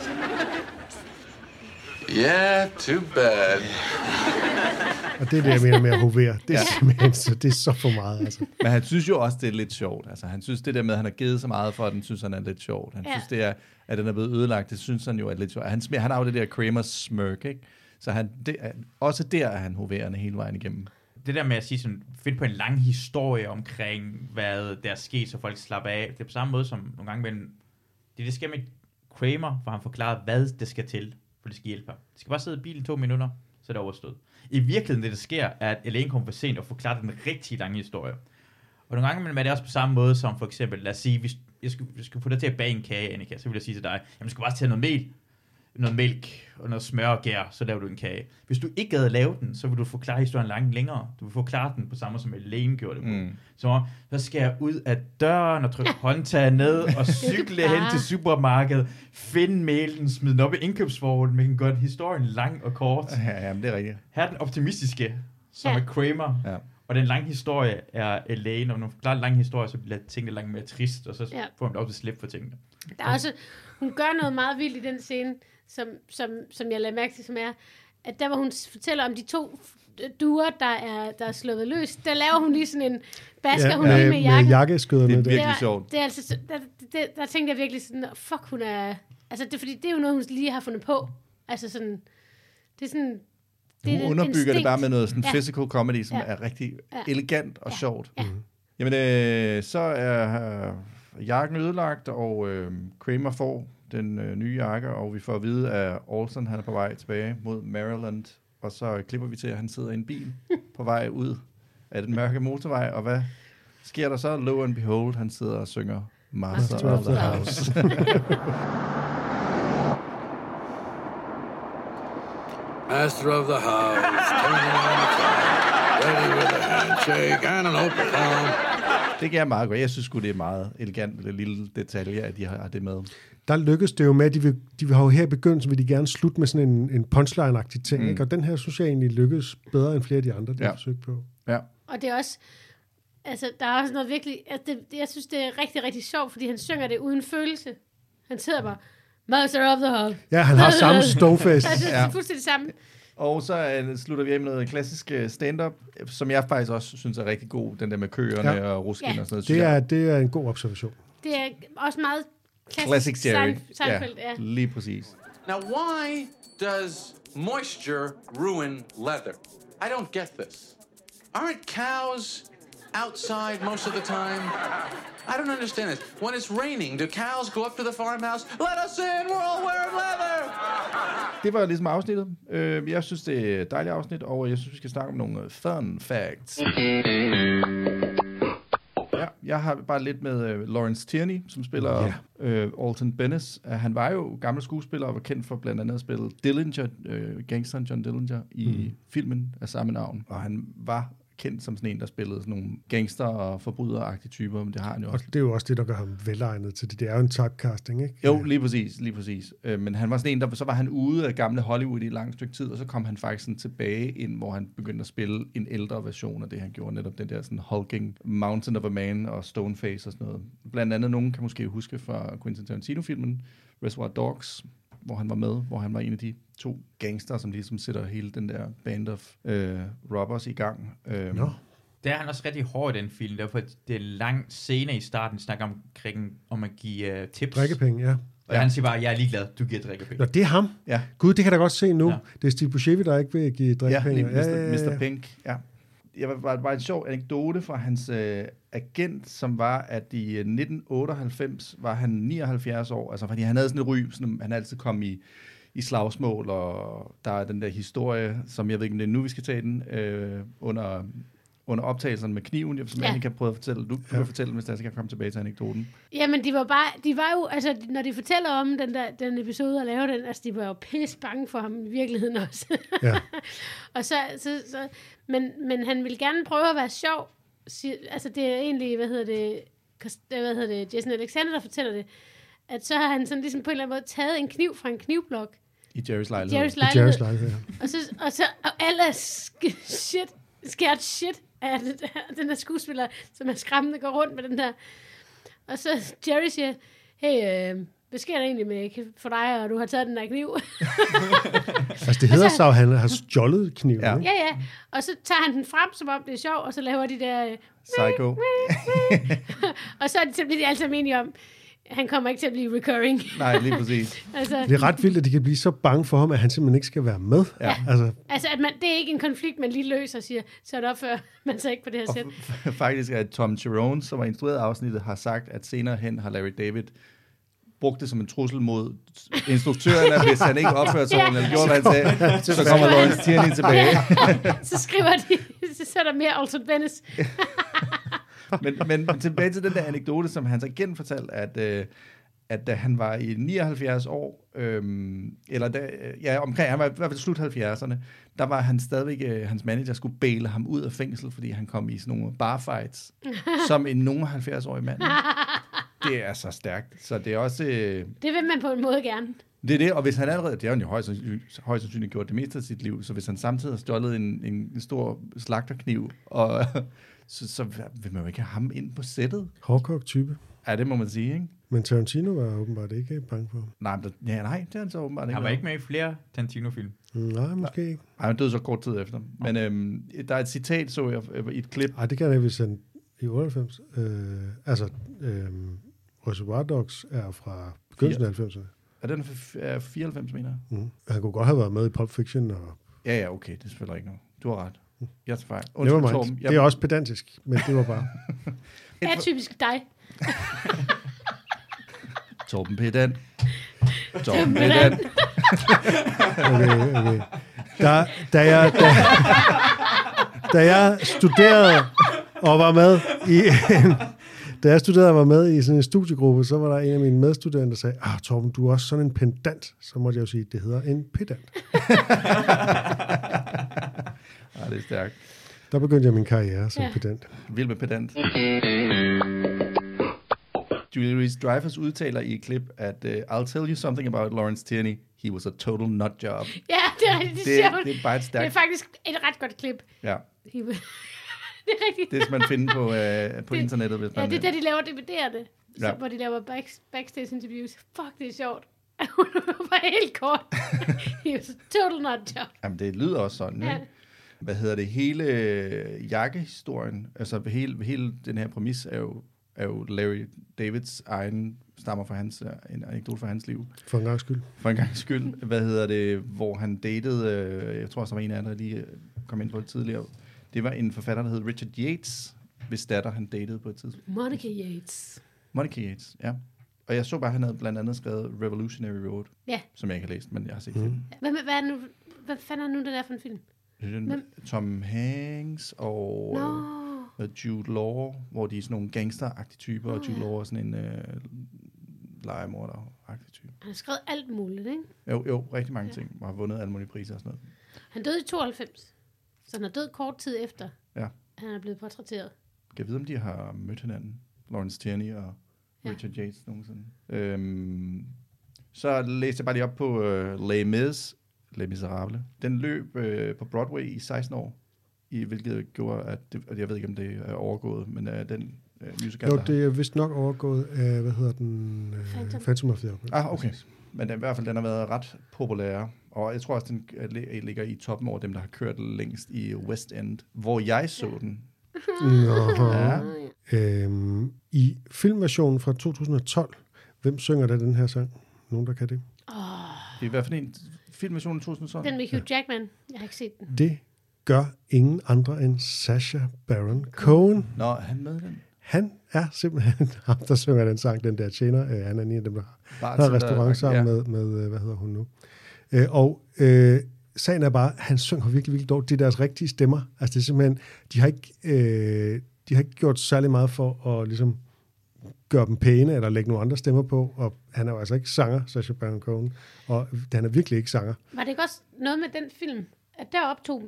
Yeah, too bad. Og det er det, jeg mener med at hovere. Det er ja. simpelthen så, det er så for meget. Altså. Men han synes jo også, det er lidt sjovt. Altså, han synes det der med, at han har givet så meget for, at den synes, han er lidt sjovt. Han ja. synes, det er, at den er blevet ødelagt. Det synes han jo er lidt sjovt. Han, han har jo det der Kramer smirk, ikke? Så han, det er, også der er han hoverende hele vejen igennem. Det der med at sige sådan, finde på en lang historie omkring, hvad der er sket, så folk slapper af. Det er på samme måde som nogle gange, men det, det sker med Kramer, for han forklarer, hvad det skal til, for det skal hjælpe ham. Det skal bare sidde i bilen to minutter, så er det overstået. I virkeligheden, det der sker, er, at Elaine kommer for sent og forklarer den rigtig lange historie. Og nogle gange er det også på samme måde som for eksempel, lad os sige, hvis jeg skulle, jeg skulle få dig til at bage en kage, Annika, så vil jeg sige til dig, jamen du skal bare tage noget mel, noget mælk og noget smør og gær, så laver du en kage. Hvis du ikke havde lavet den, så vil du forklare historien langt længere. Du vil forklare den på samme måde, som Elaine gjorde det på. Mm. Så, så skal jeg ud af døren og trykke håndtaget ned og cykle hen til supermarkedet, finde mailen, smide den op i indkøbsvognen, men kan gøre historien lang og kort. Ja, ja, men det er rigtigt. Her er den optimistiske, som ja. er Kramer. Ja. Og den lange historie er Elaine, og når man forklarer den lange historie, så bliver tingene langt mere trist, og så ja. får man også slippe for tingene. Der er også, hun gør noget meget vildt i den scene, som, som, som jeg lader mærke til, som er, at der hvor hun fortæller om de to duer, der er, der er slået løs, der laver hun lige sådan en basker, ja, hun lige med jakken. Med jakkeskøderne. Det er virkelig sjovt. Det er altså, der, der, der tænkte jeg virkelig sådan, fuck, hun er, altså det er fordi, det er jo noget, hun lige har fundet på. Altså sådan, det er sådan, det hun er underbygger instinkt. Det bare med noget sådan ja. physical comedy, som ja. er rigtig ja. elegant og ja. sjovt. Ja. Mm. Jamen, øh, så er øh, jakken ødelagt, og øh, Kramer får den øh, nye jakke, og vi får at vide, at Olsen han er på vej tilbage mod Maryland, og så klipper vi til, at han sidder i en bil på vej ud af den mørke motorvej, og hvad sker der så? Lo and behold, han sidder og synger Master, Master of the House. Master of the house, turning on the top, ready with a handshake and an open palm. Det kan jeg meget godt. Jeg synes sgu, det er meget elegant, det lille detalje, at de har det med. Der lykkes det jo med, at de vil, de vil have jo her i begyndelsen, vil de gerne slutte med sådan en, en punchline-agtig ting, mm. ikke? Og den her synes jeg egentlig lykkes bedre end flere af de andre, de ja. har forsøgt på. Ja. Og det er også, altså der er også noget virkelig, altså det, jeg synes det er rigtig, rigtig sjovt, fordi han synger det uden følelse. Han sidder bare, Master of the House. Ja, han har samme stoneface. Altså, det er Ja. fuldstændig samme. Og så uh, slutter vi af med noget klassisk uh, stand-up, som jeg faktisk også synes er rigtig god. Den der med køerne Ja. og rusken Ja. og sådan noget. Det synes jeg- er, det er en god observation. Det er også meget klassisk. Classic Jerry. Sein- Seinfeld, ja. lige præcis. Now, why does moisture ruin leather? I don't get this. Aren't cows outside most of the time? I don't understand this. When it's raining, do cows go up to the farmhouse? Let us in, we're all wearing leather! Det var ligesom afsnittet. Øh, Jeg synes, det er et dejligt afsnit, og jeg synes, vi skal snakke om nogle fun facts. Ja, jeg har bare lidt med uh, Lawrence Tierney, som spiller yeah. uh, Alton Bennis. Uh, han var jo gammel skuespiller og var kendt for blandt andet at spille Dillinger, uh, gangsteren John Dillinger, i mm. filmen af samme navn. Og han var kendt som sådan en, der spillede sådan nogle gangster- og forbryderagtige typer, men det har han jo Og også. det er jo også det, der gør ham velegnet til det. Det er jo en typecasting, ikke? Jo, lige præcis, lige præcis. Øh, men han var sådan en, der, så var han ude af gamle Hollywood i et langt stykke tid, og så kom han faktisk sådan tilbage ind, hvor han begyndte at spille en ældre version af det, han gjorde, netop den der sådan hulking Mountain of a Man og Stoneface og sådan noget. Blandt andet, nogen kan måske huske fra Quentin Tarantino-filmen Reservoir Dogs, hvor han var med, hvor han var en af de to gangster, som ligesom sætter hele den der band of øh, robbers i gang. Øh, Nå. Der er han også rigtig hård i den film, derfor det er lang scene i starten, snakker om, kring, om at give uh, tips. Drikkepenge, ja. Og ja. han siger bare, jeg er ligeglad, du giver drikkepenge. Nå, det er ham. Ja. Gud, det kan jeg da godt se nu. Ja. Det er Steve Buscemi, der ikke vil give Ja, drikkepenge. lige mister Pink, ja. Jeg var bare, bare en sjov anekdote fra hans øh, agent, som var, at i øh, nitten otteoghalvfems var han nioghalvfjerds år, altså fordi han havde sådan et ry, sådan, han altid kom i, i slagsmål, og der er den der historie, som jeg ved ikke, om det er nu, vi skal tage den, øh, under, under optagelserne med kniven, som Ja. Annika prøvede at fortælle. Du Ja. kan fortælle, hvis jeg skal komme tilbage til anekdoten. Jamen, de var bare, de var jo, altså, når de fortæller om den der, den episode og laver den, altså, de var jo pisse bange for ham i virkeligheden også. Ja. og så, så, så men, men han ville gerne prøve at være sjov. Sig- Altså, det er egentlig, hvad hedder det, Kost- hvad hedder det, Jason Alexander, der fortæller det, at så har han sådan ligesom på en eller anden måde taget en kniv fra en knivblok, I Jerrys lejlighed. Jerrys I lejlighed, Jerrys lejlighed, ja. og så, og så og alle er sk- shit, scared shit af den der, den der skuespiller, som er skræmmende, går rundt med den der. Og så Jerry siger, hey, øh, hvad sker der egentlig med for dig, og du har taget den der kniv? Altså, det hedder så, at han har stjålet kniven, Ja. ikke? ja, ja. Og så tager han den frem, som om det er sjov, og så laver de der... Øh, Psycho. og så, er det, så bliver de alle sammen enige om, han kommer ikke til at blive recurring. Nej, lige præcis. altså, Det er ret vildt, at de kan blive så bange for ham, at han simpelthen ikke skal være med. Ja. Altså, altså at man, det er ikke en konflikt, man lige løser og siger, så er det opfører man så ikke på det her sæt. Og faktisk at Tom Cherone, som har instrueret afsnittet, har sagt, at senere hen har Larry David brugt det som en trussel mod instruktøren, at hvis han ikke opfører sig ordentligt, eller gjorde, hvad han sagde, så kommer Lawrence Tierney tilbage. Ja. Så skriver de, så er der mere Alton Bennis. men, men tilbage til den der anekdote, som han så igen fortalte, at, øh, at da han var i nioghalvfjerds år, øhm, eller da, ja, omkring, han var i hvert fald slut halvfjerdserne, der var han stadigvæk, øh, hans manager skulle bæle ham ud af fængsel, fordi han kom i sådan nogle barfights, som en nogen halvfjerds-årig mand. Det er så stærkt. Så det er også... Øh, Det vil man på en måde gerne. det er det, og hvis han allerede... Det har han jo højst sandsynligt, højst sandsynligt gjort det meste af sit liv, så hvis han samtidig har stjålet en, en, en stor slagterkniv, og, så, så vil man jo ikke have ham ind på sættet. hårdkogt type. Ja, det må man sige, ikke? Men Tarantino var åbenbart ikke bange for ham. Nej, men, ja, nej, det er han så åbenbart ikke. Han var ikke med i flere Tarantino-film. Nej, måske ikke. Nej, han døde så kort tid efter. Men øhm, der er et citat, så jeg øh, i et klip. Ej, det kan jeg ikke, hvis han i otteoghalvfems. Øh, altså, øh, Reservoir Dogs er fra begyndelsen af halvfemserne. Er den fra fireoghalvfems, mener jeg? Mm. Han kunne godt have været med i Pulp Fiction. Og... Ja, ja, okay, det er selvfølgelig ikke noget. Du har ret. Jeg tager fejl. Det var Torben. mig. Det er også pedantisk, men det var bare... Det er typisk dig. Torben Pedant. Torben Pedant. Okay, okay. Da, da, jeg, da, da jeg studerede og var med i en, da jeg studerede og var med i sådan en studiegruppe, så var der en af mine medstuderende, der sagde, ah, Torben, du er også sådan en pendant. Så måtte jeg jo sige, det hedder en pedant. Ja, det er stærkt. Der begyndte jeg min karriere som Ja. pedant. Vild med pedant. Julia Louis-Dreyfus udtaler i et klip, at uh, I'll tell you something about Lawrence Tierney. He was a total nut job. Ja, det er rigtigt, det, Det, siger hun. det er bare et Det er stærkt... faktisk et ret godt klip. Ja, Det er rigtigt. det skal man finde på, uh, på Det- internettet, hvis Ja, man... det er der, de laver D V D'erne, Ja. ja. hvor de laver back, backstage interviews. Fuck, det er sjovt. Hun var helt kort. He was total not job. Jamen, det lyder også sådan, Ja. ikke? Hvad hedder det? Hele øh, jakkehistorien, altså hele, hele den her præmis er jo, er jo Larry Davids egen, stammer fra hans, en anekdote fra hans liv. For en gang skyld. For en gang skyld. Hvad hedder det? Hvor han datede, øh, jeg tror også, der var en af der lige kom ind på det tidligere. Det var en forfatter, der hed Richard Yates, hvis datter han datede på et tidspunkt. Monica Yates. Monica Yates, ja. Og jeg så bare, at han havde blandt andet skrevet Revolutionary Road, Ja. som jeg ikke har læst, men jeg har set Mm. filmen. Hvad, hvad, er nu, hvad fanden er nu det der for en film? Hvem? Tom Hanks og Nå. øh, Jude Law, hvor de er sådan nogle gangsteragtige typer, Nå, og Jude ja. Law er sådan en øh, legemorder-agtig type. Han har skrevet alt muligt, ikke? Jo, jo, rigtig mange Ja. ting, og har vundet alle mulige priser og sådan noget. Han døde i tooghalvfems, så han er død kort tid efter, Ja. han er blevet portrætteret. Kan jeg vide, om de har mødt hinanden? Lawrence Tierney og Ja. Richard Yates nogensinde. Øhm, så læste jeg bare lige op på øh, Les Mis, Les Miserables. Den løb øh, på Broadway i seksten år, i hvilket gjorde, at, det, at jeg ved ikke, om det er overgået, men øh, den øh, musical, Jo, der det er vist nok overgået af, hvad hedder den? Øh, Phantom. Phantom of the Opera. Ah, okay. Men den, i hvert fald, den har været ret populær. Og jeg tror også, den øh, lig- ligger i toppen over dem, der har kørt længst i West End, hvor jeg så den. Nå. Ja. Øhm, I filmversionen fra to tusind og tolv, hvem synger der den her sang? Nogen, der kan det? Oh, Det er i hvert fald en filmversion i to tusind og tolv. den med Hugh Jackman. Jeg har ikke set den. Det gør ingen andre end Sacha Baron Cohen. Nå, er han med i den? Han er simpelthen ham, der synger den sang, den der tjener. Øh, han er en af dem, der har Bartender- restaurant sammen ja. med, med, øh, hvad hedder hun nu? Øh, og øh, sagen er bare, han synger virkelig, virkelig dårligt. Det er deres rigtige stemmer. Altså det er simpelthen, de har ikke, øh, de har ikke gjort særlig meget for at ligesom gøre dem pæne, eller lægge nogle andre stemmer på. Og han er jo altså ikke sanger, Sacha Baron Cohen. Og han er virkelig ikke sanger. Var det ikke også noget med den film, at der optog,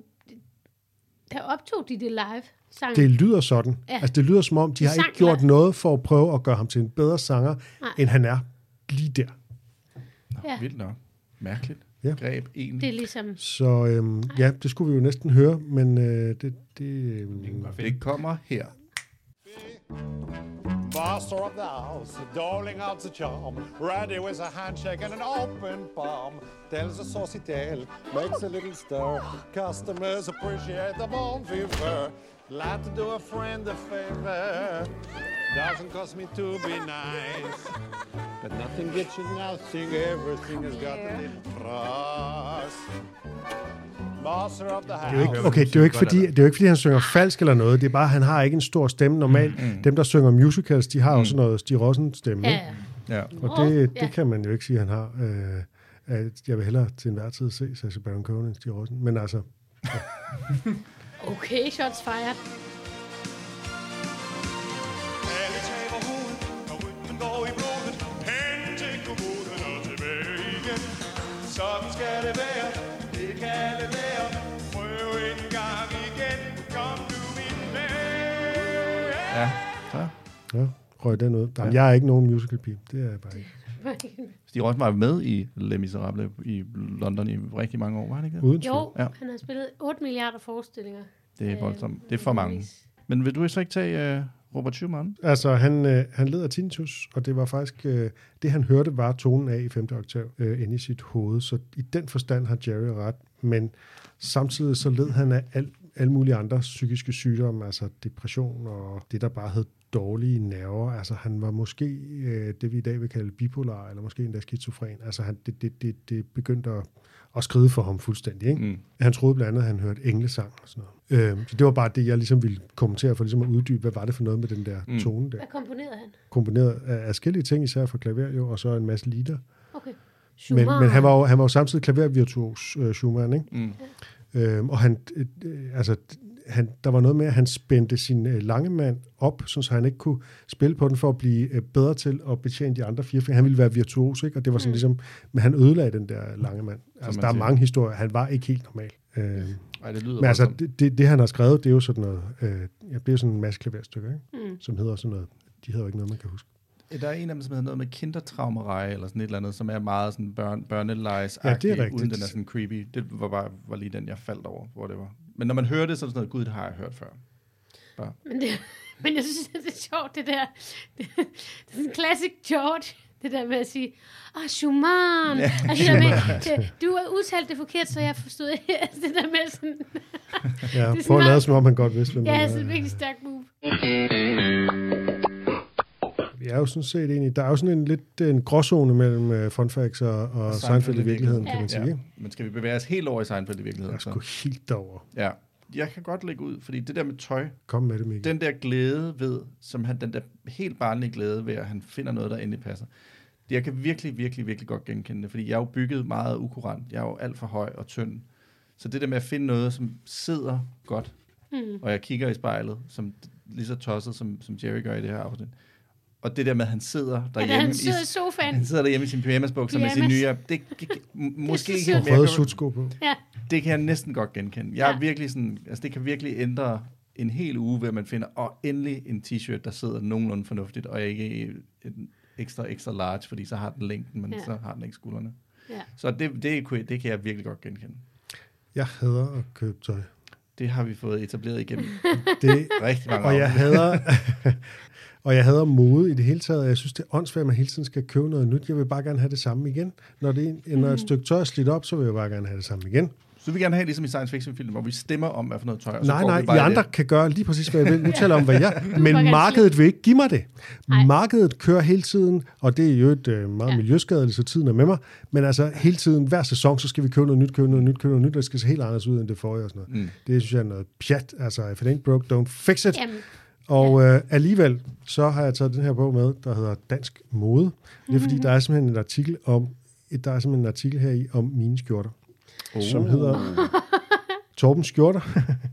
der optog de det live sang? Det lyder sådan. Ja. Altså det lyder som om, de De har ikke sang gjort live. noget for at prøve at gøre ham til en bedre sanger, Nej. end han er lige der. Nå, Ja. vildt nok. Mærkeligt. Ja. Greb egentlig. Det er ligesom... Så øhm, ja, det skulle vi jo næsten høre, men øh, det... det øhm, Det kommer her. Master of the house, doling out the charm, ready with a handshake and an open palm. Tells a saucy tale, makes a little stir. Customers appreciate the bon vivant. Glad to do a friend a favor. Doesn't cost me to be nice. But nothing gets you nothing, everything has got a little price. Master of the Det er jo house. ikke, okay, det er jo ikke fordi, det er jo ikke fordi han synger falsk eller noget. Det er bare han har ikke en stor stemme normalt. Mm. Dem der synger musicals, de har jo sådan noget Stig Rossen stemme. Ja, ikke? ja. Ja. Og det, Ja. det kan man jo ikke sige han har. Øh, at jeg vil hellere til enhver tid se Sacha Baron Cohen end Stig Rossen. Men altså, Okay, shots fired. Alle taber hovedet, og rytmen går i blodet. Hen til kommunen og tilbage igen. Sådan skal det være, det kan alle lære. Prøv en gang igen, kom du min ven. Ja. Så. ja, røg den ud. Jamen, jeg er ikke nogen musical pige. Det er jeg bare ikke. Stig Rossen var med i Les Miserables i London i rigtig mange år, var han ikke det? Uden tvivl. Jo, Ja. han har spillet otte milliarder forestillinger. Det er Øh, voldsomt. Det er for mange. Men vil du så ikke tage uh, Robert Schumann? Altså, han, øh, han led af tinnitus, og det var faktisk, øh, det han hørte, var tonen af i femte oktav øh, inde i sit hoved. Så i den forstand har Jerry ret, men samtidig så led han af al, alle mulige andre psykiske sygdomme, altså depression og det, der bare hed dårlige nerver. Altså, han var måske øh, det, vi i dag vil kalde bipolar, eller måske endda skizofren. Altså, han, det, det, det, det begyndte at, at skride for ham fuldstændig. Ikke? Mm. Han troede blandt andet, at han hørte englesang og sådan noget. Øh, så det var bare det, jeg ligesom ville kommentere, for ligesom at uddybe, hvad var det for noget med den der Mm. tone der. Hvad komponerede han? Komponeret af forskellige ting, især for klaver jo, og så en masse lieder. Okay. Men, Schumann. men han var jo, han var jo samtidig klavervirtuos, uh, Schumann, ikke? Mm. Øhm, og han, øh, altså, han, der var noget med, at han spændte sin øh, lange mand op, sådan, så han ikke kunne spille på den for at blive øh, bedre til at betjene de andre fire. For han ville være virtuos, ikke? Og det var sådan mm. ligesom, men han ødelagde den der lange mand. Altså, der er siger. mange historier. Han var ikke helt normal. Øh, Ej, det lyder men altså, voldsomt. det, det, det, han har skrevet, det er jo sådan noget, øh, ja, det er jo sådan en masse klaverstykker, ikke? Mm. Som hedder sådan noget, de hedder jo ikke noget, man kan huske. Der er en af dem, som hedder noget med kindertraumerej, eller sådan et eller andet, som er meget sådan børn, børnelejes Ja, det er rigtigt. uden den er sådan creepy. Det var, bare, var lige den, jeg faldt over, hvor det var. Men når man hører det, så er det sådan noget, gud, det har jeg hørt før. Bare. Men, det, men jeg synes, det er sjovt, det der. Det, det er sådan en classic George. Det der med at sige, ah, Schumann. Ja. Altså, det der med, det, du har udtalt det forkert, så jeg forstod altså, det der med sådan... Ja, prøv at lade som om, han godt vidste, hvem ja, det det var. er et virkelig stærkt move. Vi er jo sådan set enige. Der er jo sådan en lidt en gråzone mellem uh, fun facts og, og, og Seinfeld i virkeligheden, kan man sige. Ja. Men skal vi bevæge os helt over i Seinfeld i virkeligheden? Jeg skulle helt derover. Ja. Jeg kan godt lægge ud, fordi det der med tøj... Kom med det, Mikkel. Den der glæde ved, som han, den der helt barnlige glæde ved, at han finder noget, der endelig passer. Det, jeg kan virkelig, virkelig, virkelig godt genkende det, fordi jeg er jo bygget meget ukurant. Jeg er jo alt for høj og tynd. Så det der med at finde noget, som sidder godt, mm. og jeg kigger i spejlet, som lige så tosset, som, som Jerry gør i det her afsnit. Og det der med, at han sidder derhjemme, ja, han sidder i sofaen. Han sidder derhjemme i sin pyjamasbukser med sin nye... Det, det, måske ikke... Han har sutsko på. Ja. Det kan jeg næsten godt genkende. Jeg er ja. virkelig sådan... Altså, det kan virkelig ændre en hel uge, ved at man finder, og endelig en t-shirt, der sidder nogenlunde fornuftigt, og ikke en ekstra, ekstra large, fordi så har den længden, men ja. så har den ikke skuldrene. Ja. Så det, det, det kan jeg virkelig godt genkende. Jeg hader at købe tøj. Det har vi fået etableret igennem det, rigtig mange og år. Jeg hader, og jeg hader mode i det hele taget. Jeg synes, det er åndssvagt, at man hele tiden skal købe noget nyt. Jeg vil bare gerne have det samme igen. Når, det, når et stykke tøj er slidt op, så vil jeg bare gerne have det samme igen. Så vi vil gerne have ligesom i science fiction film, hvor vi stemmer om, hvad for noget tøj. Og nej, så nej, vi bare I andre det. kan gøre lige præcis, hvad jeg vil. Nu taler om, hvad jeg... Men markedet vil ikke give mig det. Nej. Markedet kører hele tiden, og det er jo et øh, meget ja. miljøskadeligt, så tiden er med mig. Men altså hele tiden, hver sæson, så skal vi købe noget nyt, købe noget nyt, købe noget nyt, og det skal se helt anderledes ud, end det forrige og sådan noget. Mm. Det synes jeg er noget pjat. Altså, if it ain't broke, don't fix it. Jamen. Og øh, alligevel, så har jeg taget den her bog med, der hedder Dansk Mode. Det er mm-hmm. fordi, der er simpelthen en artikel om, der er simpelthen en artikel her i om mine skjorter, oh. som hedder Torben Skjorter.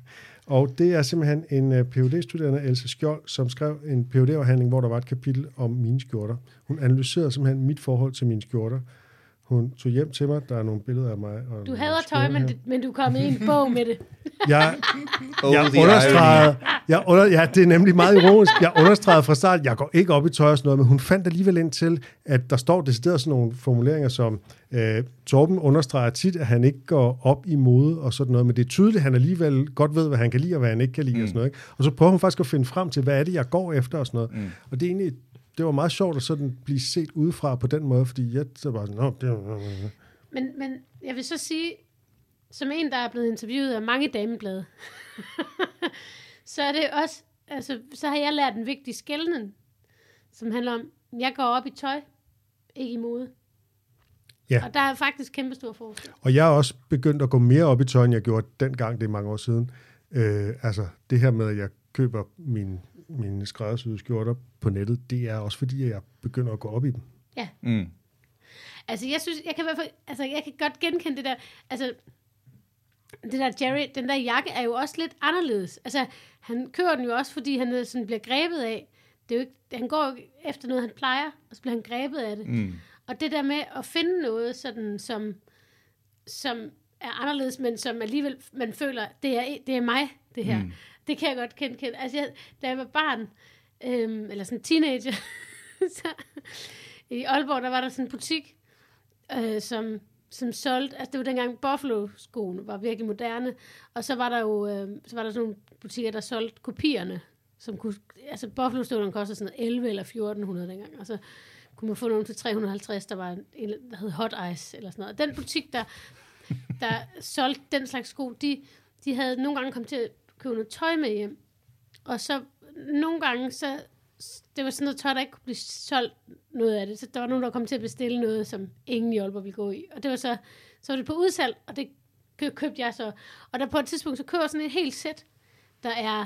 Og det er simpelthen en uh, P H D-studerende, Else Skjold, som skrev en P H D-afhandling, hvor der var et kapitel om mine skjorter. Hun analyserede simpelthen mit forhold til mine skjorter. Hun tog hjem til mig. Der er nogle billeder af mig. Og du hader tøj, men, det, men du er kommet i en bog med det. jeg, jeg understregede... Jeg under, ja, det er nemlig meget ironisk. Jeg understregede fra start, jeg går ikke op i tøj og sådan noget, men hun fandt alligevel ind til, at der står decideret sådan nogle formuleringer, som øh, Torben understreger tit, at han ikke går op i mode og sådan noget, men det er tydeligt, at han alligevel godt ved, hvad han kan lide og hvad han ikke kan lide mm. og sådan noget. Ikke? Og så prøver hun faktisk at finde frem til, hvad er det, jeg går efter og sådan noget. Mm. Og det er egentlig... Det var meget sjovt at sådan blive set udefra på den måde, fordi jeg så bare sådan, det var... Men, men jeg vil så sige, som en, der er blevet interviewet af mange dameblade, så er det også, altså, så har jeg lært en vigtig skelnen, som handler om, jeg går op i tøj, ikke i mode. Ja. Og der er faktisk kæmpe stor forskel. Og jeg er også begyndt at gå mere op i tøj, end jeg gjorde dengang, det er mange år siden. Øh, altså, det her med, at jeg køber mine, mine skræddersyede skjorter på nettet, det er også fordi, at jeg begynder at gå op i dem. Ja. Mm. Altså, jeg synes, jeg kan i hvert fald, altså, jeg kan godt genkende det der, altså, det der Jerry, den der jakke er jo også lidt anderledes. Altså, han kører den jo også, fordi han sådan bliver grebet af. Det er jo ikke, han går jo efter noget, han plejer, og så bliver han grebet af det. Mm. Og det der med at finde noget, sådan, som, som er anderledes, men som alligevel, man føler, det er, det er mig, det her. Mm. Det kan jeg godt kende. Altså, jeg, da jeg var barn, øhm, eller sådan teenager, så, i Aalborg, der var der sådan en butik, øh, som, som solgte, altså det var dengang Buffalo-skoene var virkelig moderne, og så var der jo, øh, så var der sådan nogle butikker, der solgte kopierne, som kunne, altså Buffalo-støvlerne kostede sådan elleve eller fjorten hundrede dengang, og så kunne man få nogle til tre hundrede og halvtreds, der var en, der hed Hot Ice, eller sådan noget. Og den butik, der, der solgte den slags sko, de, de havde nogle gange kommet til at købe noget tøj med hjem, og så nogle gange, så det var sådan noget tøj, der ikke kunne blive solgt noget af det. Så der var nogen, der kom til at bestille noget, som ingen i Aalborg ville gå i. Og det var så, så var det på udsalg, og det købte jeg så. Og der på et tidspunkt, så køber sådan et helt sæt, der er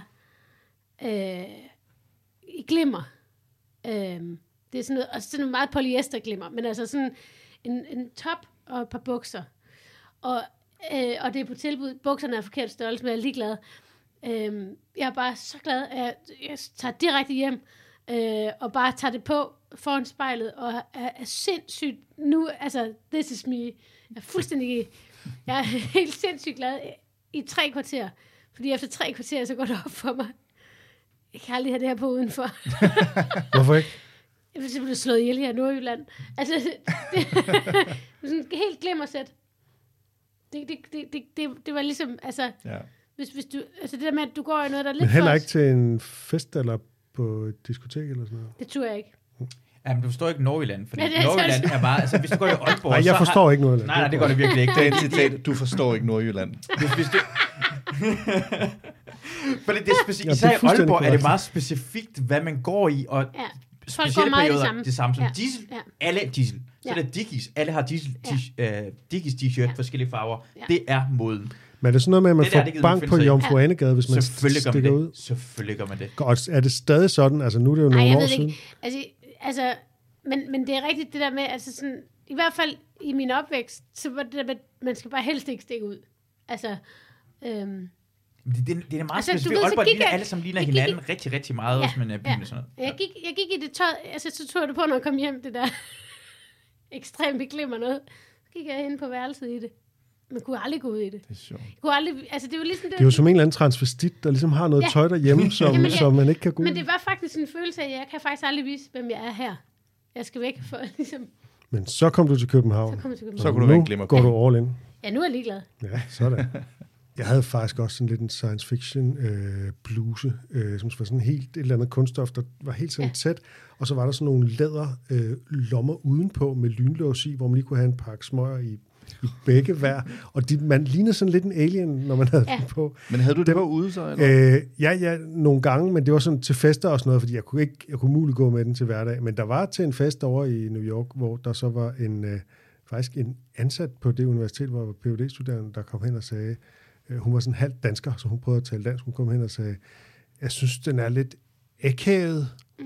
øh, i glimmer. Øh, det er sådan noget, og sådan noget meget polyesterglimmer, men altså sådan en, en top og et par bukser. Og, øh, og det er på tilbud. Bukserne er forkert størrelse, men jeg er ligeglad. Øh, jeg er bare så glad, at jeg, jeg tager direkte hjem, øh, og bare tager det på foran spejlet, og er, er sindssygt nu, altså, this is me. Jeg er fuldstændig, jeg er helt sindssygt glad i tre kvarter, fordi efter tre kvarter, så går det op for mig. Jeg kan aldrig have det her på udenfor. Hvorfor ikke? Jeg vil simpelthen slået ihjel her i Nordjylland. Altså, det, det, det sådan helt glimmersæt. Det, det, det, det, det, det var ligesom, altså, ja. hvis, hvis du, altså det der med, at du går i noget, der er lidt. Men heller for... ikke til en fest eller på et diskotek eller sådan noget? Det tror jeg ikke. Ja, men du forstår ikke Nordjylland, fordi Ja, ja, det er Nordjylland så- er bare... Altså, hvis du går i Aalborg... Nej, jeg så forstår har... ikke Nordjylland. Nej, nej, det går det virkelig ikke. Det er et citat, du forstår ikke Nordjylland. Hvis, hvis du... Fordi det er speci- Ja, det er især i fuldstændig Aalborg er det korrekt. meget specifikt, hvad man går i, og Ja. specielle går meget i det perioder, samme. det samme som Ja. diesel. Ja. Alle er diesel. Så Ja. er det Dickies. Alle har diesel, Ja. t- uh, Dickies t-shirt, Ja. forskellige farver. Ja. Det er moden. Men er det sådan noget med, at man Det der, får det gider man bank finde på sig i. Jomfru Anegade, hvis man Selvfølgelig gør man stikker det. ud? Selvfølgelig gør man det. Og er det stadig sådan? Altså, nu er det jo Nej, nogle jeg år ved det siden. ikke. Altså, altså men, men det er rigtigt det der med, altså sådan, i hvert fald i min opvækst, så var det der med, man skal bare helst ikke stikke ud. Altså, øhm, Det, det, det er meget Altså, altså, du specifikt. ved, så Aalborg gik ligner jeg- alle sammen ligner jeg gik hinanden i- rigtig, rigtig meget, Ja, hvis man er by ja. med sådan noget. jeg, gik, jeg gik i det tøj, altså så tog jeg det på, når jeg kom hjem, det der ekstremt beklemmer noget. Så gik jeg ind på værelset i det. Man kunne aldrig gå ud i det. Det er sjovt. Jeg kunne aldrig, altså det var ligesom det. Det er jo som en eller anden transvestit, der ligesom har noget Ja. tøj derhjemme, som, Jamen, ja. som man ikke kan gå ud Men i. det var faktisk en følelse af, at jeg kan faktisk aldrig vise, hvem jeg er her. Jeg skal væk for ligesom... Men så kom du til København. Så kom jeg til København. Så og kunne du være en nu glimmer. går du all in. Ja, nu er jeg ligeglad. Ja, sådan. Jeg havde faktisk også sådan lidt en science fiction øh, bluse, øh, som var sådan helt et eller andet kunststof, der var helt sådan Ja. tæt, og så var der sådan nogle læder øh, lommer udenpå med lynlås i, hvor man lige kunne have en pakke smøger i, i begge hver, og de, man lignede sådan lidt en alien, når man havde Ja. den på. Men havde du det på ude så? Eller? Øh, ja, ja, nogle gange, men det var sådan til fester og sådan noget, fordi jeg kunne ikke, jeg kunne muligt gå med den til hverdag, men der var til en fest over i New York, hvor der så var en, øh, faktisk en ansat på det universitet, hvor jeg var P H D-studerende, der kom hen og sagde, øh, hun var sådan halvt dansker, så hun prøvede at tale dansk, hun kom hen og sagde, jeg synes, den er lidt æghavet.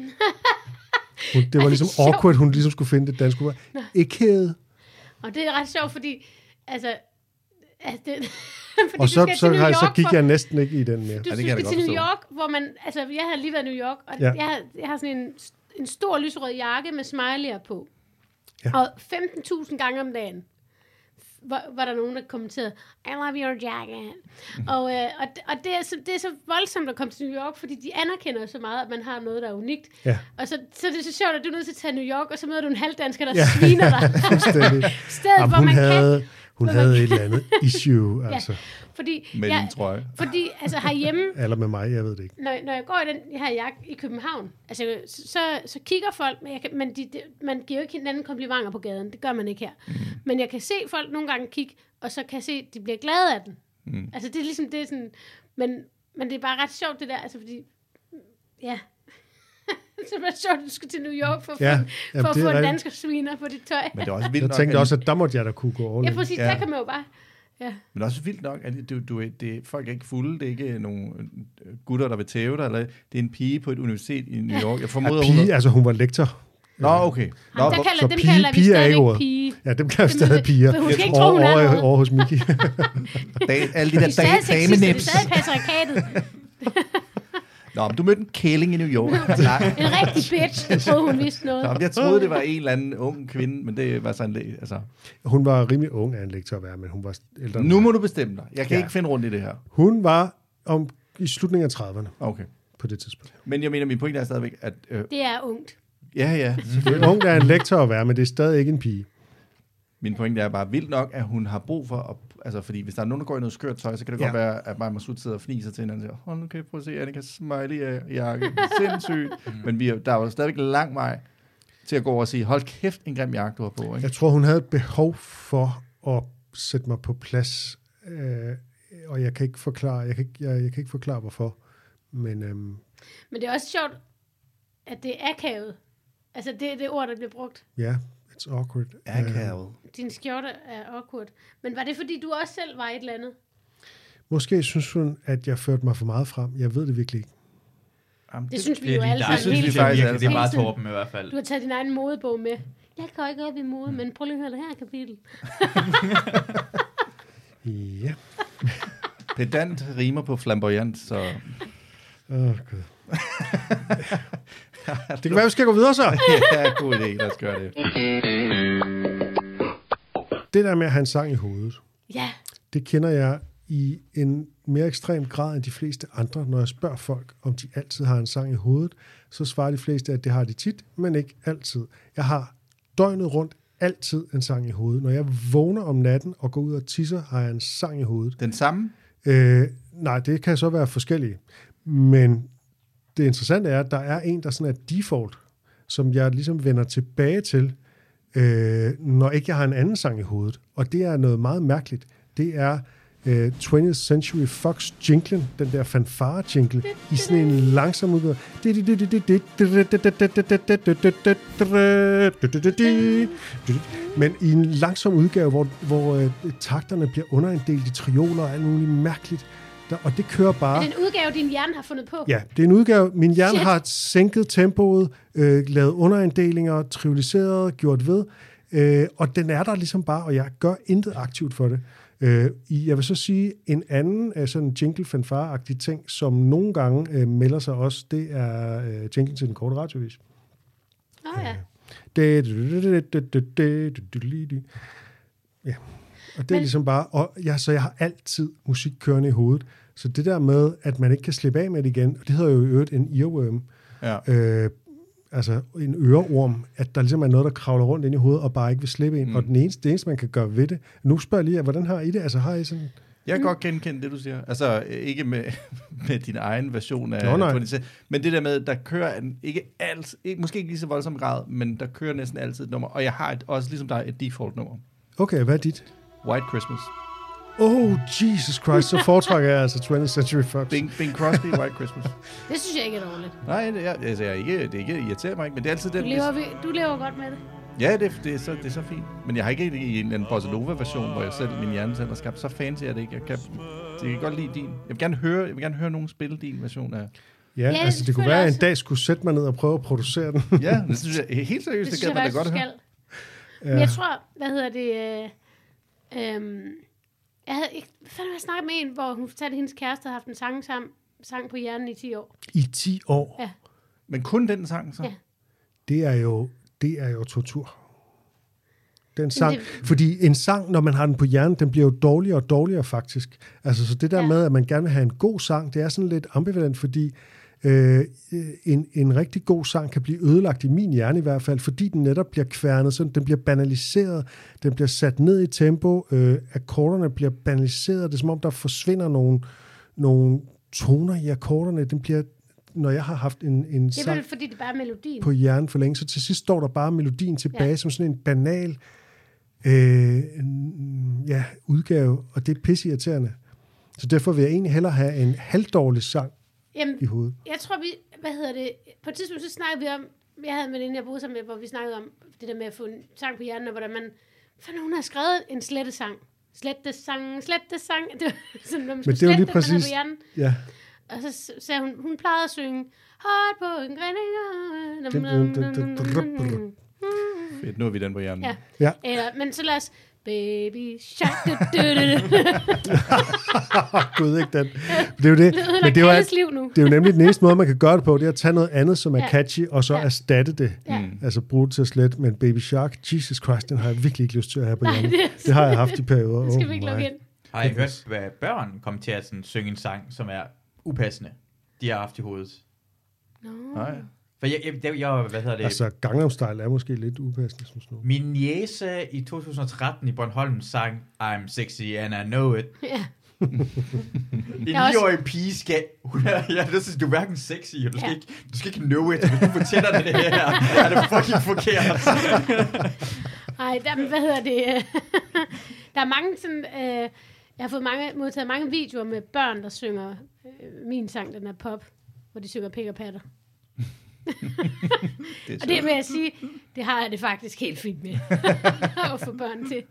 Hun, det var Ej, ligesom sjovt. awkward, hun ligesom skulle finde det danske ord. Æghavet. Og det er ret sjovt, fordi... Altså... altså det, fordi Og du så, skal så, til New har, så York gik for- jeg næsten ikke i den mere. Du, Ja, du det kan skal jeg da godt til New forstå. York, hvor man... Altså, jeg har lige været i New York, og Ja. jeg, har, jeg har sådan en, en stor lyserød jakke med smiley'er på. Ja. Og femten tusind gange om dagen var, var der nogen, der kommenterede, I love your jacket. og øh, og, og det, er så, det er så voldsomt at komme til New York, fordi de anerkender så meget, at man har noget, der er unikt. Ja. Og så, så det er så sjovt, at du er nødt til at tage New York, og så møder du en halvdansker, der Ja. sviner dig. Fuldstændig. Stedet, Jamen, hvor hun man havde, kan... hun hvor man havde kan- et eller andet issue, altså. Fordi, Med jeg, din trøje. fordi altså herhjemme, Eller med mig, jeg ved det ikke. når, når jeg går i den her jakke i København, altså, så, så, så kigger folk, men, jeg kan, men de, de, man giver jo ikke hinanden komplimenter på gaden. Det gør man ikke her. Mm. Men jeg kan se folk nogle gange kigge, og så kan jeg se, at de bliver glade af den. Mm. Altså, det er ligesom, det er sådan... Men, men det er bare ret sjovt, det der, altså, fordi... Ja... så er det sjovt, at du skal til New York for, Ja, ja, jamen, for at det er få en rigtigt. dansker sviner på dit tøj. Men det er også vildt Jeg nok, tænkte at- også, at der måtte jeg da kunne gå all Ja, in. præcis. Ja. Der kan man jo bare... Ja. Men det er også vildt nok, at du, du, det, folk er ikke fulde, det er ikke nogle øh, gutter, der vil tæve dig, eller det er en pige på et universitet i New York. Jeg formoder, Ja, hun... pige, altså hun var lektor. Nå, okay. Nå, Jamen, der hvor- kalder, så dem pige- kalder vi pige er ikke stadigvæk ordet. pige. Ja, dem kan jeg Dem- stadig piger. Men hun skal ikke Over- tro, hun er over- noget. over hos Miki. da, alle de der De er stadig dame, sexister, de er dameneps. stadig patriarkatet. Nå, men du mødte en kælling i New York. Nej. En rigtig bitch, der troede, hun vidste noget. Nå, men jeg troede, det var en eller anden ung kvinde, men det var sådan lidt, altså... Hun var rimelig ung af en lektor at være, men hun var ældre. end Nu mig. må du bestemme dig. Jeg kan Ja. ikke finde rundt i det her. Hun var om, i slutningen af trediverne Okay. på det tidspunkt. Men jeg mener, min pointe er stadigvæk, at... Øh, Det er ungt. ja, ja. Det er ung, der er en lektor at være, men det er stadig ikke en pige. Min pointe er bare vildt nok, at hun har brug for... At, altså, fordi hvis der er nogen, der går i noget skørt tøj, så kan det Ja. godt være, at Maja Masud sidder og fniser til hende og siger, hold nu kan I prøve at se Annika Smiley-jakke. Sindssygt. Men vi, er- der er jo stadigvæk lang vej til at gå over og sige, hold kæft, en grim jakke, du har på. Ikke? Jeg tror, hun havde et behov for at sætte mig på plads, øh, og jeg kan ikke forklare, jeg kan ikke, jeg, jeg kan ikke forklare hvorfor. Men øhm, Men det er også sjovt, at det er akavet. Altså, det er det ord, der bliver brugt. ja, it's awkward. Akavet. Din skjorte er awkward. Men var det, fordi du også selv var et eller andet? Måske synes hun, at jeg førte mig for meget frem. Jeg ved det virkelig ikke. Jamen, Det synes vi Det jo er lige alle dig, sammen. synes hele vi synes jeg faktisk virkelig, det er alle meget sammen. Torben i hvert fald. Du har taget din egen modebog med. Jeg går ikke op i mode, men prøv lige at høre det her kapitel. Ja. Pedant rimer på flamboyant, så... Åh, oh, Gud. Det kan være, vi skal gå videre så. ja, god idé. Lad os gøre det. Det der med at have en sang i hovedet, Ja, det kender jeg i en mere ekstrem grad end de fleste andre. Når jeg spørger folk, om de altid har en sang i hovedet, så svarer de fleste, at det har de tit, men ikke altid. Jeg har døgnet rundt altid en sang i hovedet. Når jeg vågner om natten og går ud og tisser, har jeg en sang i hovedet. Den samme? Øh, nej, det kan så være forskellige. Men det interessante er, at der er en, der sådan er default. som jeg ligesom vender tilbage til, øh, når ikke jeg har en anden sang i hovedet. Og det er noget meget mærkeligt. Det er øh, twentieth Century Fox jinglen, den der fanfare jingle, i sådan en langsom udgave. Men i en langsom udgave, hvor, hvor øh, takterne bliver underinddelt i trioler og alt muligt mærkeligt. Der, og det kører bare... Er det en udgave, din hjerne har fundet på? Ja, det er en udgave. Min hjerne Shit. har sænket tempoet, øh, lavet underinddelinger, trivialiseret, gjort ved, øh, og den er der ligesom bare, og jeg gør intet aktivt for det. Øh, jeg vil så sige, en anden øh, sådan jingle-fanfare-agtig ting, som nogle gange øh, melder sig også, det er øh, jingle til den korte radiovis. Åh oh, ja. Ja. Og det er ligesom bare, og ja, så jeg har altid musik kørende i hovedet. Så det der med, at man ikke kan slippe af med det igen, og det hedder jo i øvrigt en earworm, ja. øh, altså en øreorm, at der ligesom er noget, der kravler rundt ind i hovedet, og bare ikke vil slippe ind. Mm. Og den eneste, det eneste, man kan gøre ved det, nu spørger jeg lige, hvordan har I det? Altså har I sådan... Jeg kan mm. godt genkende det, du siger. Altså, ikke med, med din egen version af... Nå, nej. Men det der med, der kører en, ikke alt, ikke, måske ikke lige så voldsom grad, men der kører næsten altid et nummer. Og jeg har et, også ligesom dig et default-nummer. Okay, hvad er dit? White Christmas. Oh, Jesus Christ, så foretrækker jeg altså twentieth Century Fox. Bing, Bing Crosby, White Christmas. Det synes jeg ikke er dårligt. Nej, det, er, altså, jeg er ikke, det er ikke irriterer mig ikke, men det er altid den... Du lever, du lever godt med det. Ja, det, det, er så, det er så fint. Men jeg har ikke i en, en Bossa Nova-version, hvor jeg selv, min hjerne selv har skabt. Så fancy er det ikke. Jeg kan, jeg kan godt lide din. Jeg vil gerne høre, jeg vil gerne høre nogen spille din version af... Ja, ja altså det kunne være, at en dag skulle sætte mig ned og prøve at producere den. Ja, det synes jeg helt seriøst, det, det kan man da godt høre. Ja. Men jeg tror, hvad hedder det... Øh, øh, jeg havde ikke... Fanden, jeg snakket med en, hvor hun fortalte, at hendes kæreste havde haft en sang, sammen, sang på hjernen i ti år. I ti år? Ja. Men kun den sang, så? Ja. Det er jo, det er jo tortur. Den sang, det... fordi en sang, når man har den på hjernen, den bliver jo dårligere og dårligere faktisk. Altså, så det der ja. med, at man gerne vil have en god sang, det er sådan lidt ambivalent, fordi øh, en, en rigtig god sang kan blive ødelagt i min hjerne i hvert fald, fordi den netop bliver kværnet, sådan, den bliver banaliseret, den bliver sat ned i tempo, øh, akkorderne bliver banaliseret, det er som om, der forsvinder nogle, nogle toner i akkorderne, den bliver... Når jeg har haft en, en sang... Det er vel, fordi det bare er melodien. ...på hjernen for længe, så til sidst står der bare melodien tilbage ja. som sådan en banal øh, ja, udgave, og det er pisseirriterende. Så derfor vil jeg egentlig hellere have en halvdårlig sang Jamen, i hovedet. Jeg tror, vi... Hvad hedder det? På et tidspunkt, så snakkede vi om... Jeg havde med den, jeg boede sammen med, hvor vi snakkede om det der med at få en sang på hjernen, og hvordan man... Fanden, hun har skrevet en slette sang. Slette sang, slette sang. Det var sådan, når man skulle slette, man havde på hjernen. Ja. Og så sagde hun, hun plejede at synge Hårdt på en græninger. Fedt, nu er vi den på hjernen. Ja. ja. Eller, men så lad os Baby shark. Gud, ikke den. Det er jo det. Men det er jo, liv nu. det er jo nemlig den eneste måde, man kan gøre det på, det er at tage noget andet, som er ja. catchy, og så ja. erstatte det. Ja. Altså bruge det til slet. Men Baby Shark, Jesus Christ, den har jeg virkelig ikke lyst til at have på hjernen. Det, det har jeg haft i perioder. Det skal vi ikke lukke ind. Har I hørt, hvad børn kommer til at sådan, synge en sang, som er upassende, de har haft i hovedet? No. Nej. For jeg, jeg, jeg, hvad hedder det? Altså, Gangnam Style er måske lidt upassende, som sådan. Min niece i to tusind og tretten i Bornholm sang I'm sexy and I know it. Ja. En niårig pige skal... Ja, det synes du er hverken sexy, og du skal, ja. ikke, du skal ikke know it, hvis du fortæller det her. Er det fucking forkert? Nej, der, hvad hedder det? Der er mange sådan... Øh, jeg har fået mange, modtaget mange videoer med børn, der synger øh, min sang, den er pop, hvor de synger pik og patter. Det og det vil jeg sige, det har jeg det faktisk helt fint med at få børn til.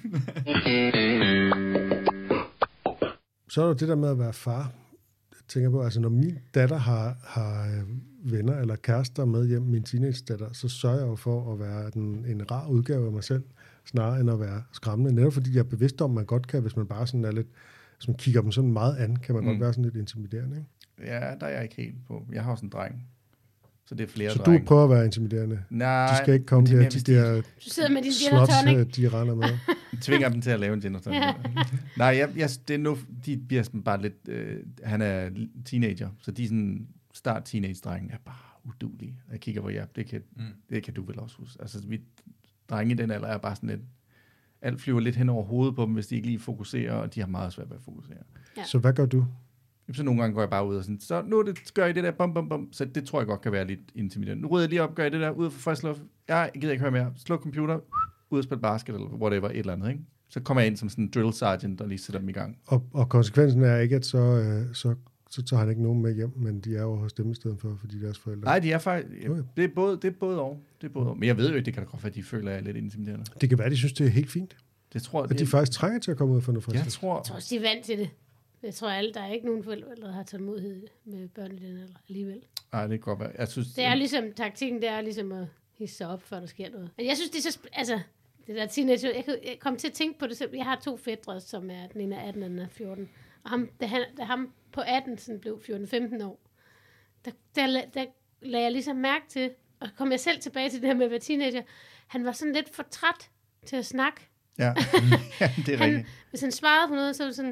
Så er der det der med at være far. Jeg tænker på, altså når min datter har, har venner eller kærester med hjem, min teenage-datter, så sørger jeg jo for at være den, en rar udgave af mig selv, snarere end at være skræmmende. Netop fordi jeg er bevidst om, at man godt kan, hvis man bare sådan er lidt, hvis man kigger dem sådan meget an, kan man mm. godt være sådan lidt intimiderende, ikke? Ja, der er jeg ikke helt på. Jeg har også en dreng. Så det er flere Så drenge. du prøver at være intimiderende? Nej. De skal ikke komme der, de der du sidder med din gin og tonic. De render med. Jeg tvinger dem til at lave en gin og tonic. Ja. Nej, jeg, jeg, det er nu, de bliver sådan bare lidt, øh, han er teenager, så de er sådan, start teenage-drengen er bare udulige. Jeg kigger på jer, det kan, mm. det kan du vel også huske. Altså, vi drenge i den alder er bare sådan lidt, alt flyver lidt hen over hovedet på dem, hvis de ikke lige fokuserer, og de har meget svært ved at fokusere. Ja. Så hvad gør du? Så nogle gange går jeg bare ud og sådan, så nu det, gør jeg det der, bum, bum, bum. Så det tror jeg godt kan være lidt intimiderende. Nu rydder jeg lige op, gør jeg det der, ud for frisk luft. Jeg gider ikke høre mere. Sluk computer, ud og spille basket, eller whatever, et eller andet, ikke? Så kommer jeg ind som sådan en drill sergeant, og lige sætter dem i gang. Og, og konsekvensen er ikke, at så, øh, så, så tager han ikke nogen med hjem, men de er jo hos dem i stedet for, fordi deres forældre... Nej, de er faktisk... Ja, det er både, det er både og. Det er både og. Men jeg ved jo ikke, det kan da godt være, at de føler, at jeg er lidt intimiderende. Det kan være, at de synes, det er helt fint. Det tror jeg, at de det... faktisk trænger til at komme ud for noget frisk. Jeg tror... Jeg tror også, de er vant til det. Jeg tror alle, der er ikke nogen forældre, der har tålmodighed med børn i den alder alligevel. Nej, det kan godt være. Jeg synes, det er ligesom, taktikken, det er ligesom at hisse sig op, før der sker noget. Men jeg synes, det er så... Altså, det der teenager, jeg, jeg kom til at tænke på det selv. Jeg har to fætre, som er, den ene er atten, og den er fjorten. Og ham, da, han, da ham på atten sådan blev fjorten femten år, der, der, der lagde jeg ligesom mærke til, og kom jeg selv tilbage til det her med at være teenager, han var sådan lidt for træt til at snakke. Ja, ja det er han, rigtigt. Hvis han svarede på noget, så var det sådan...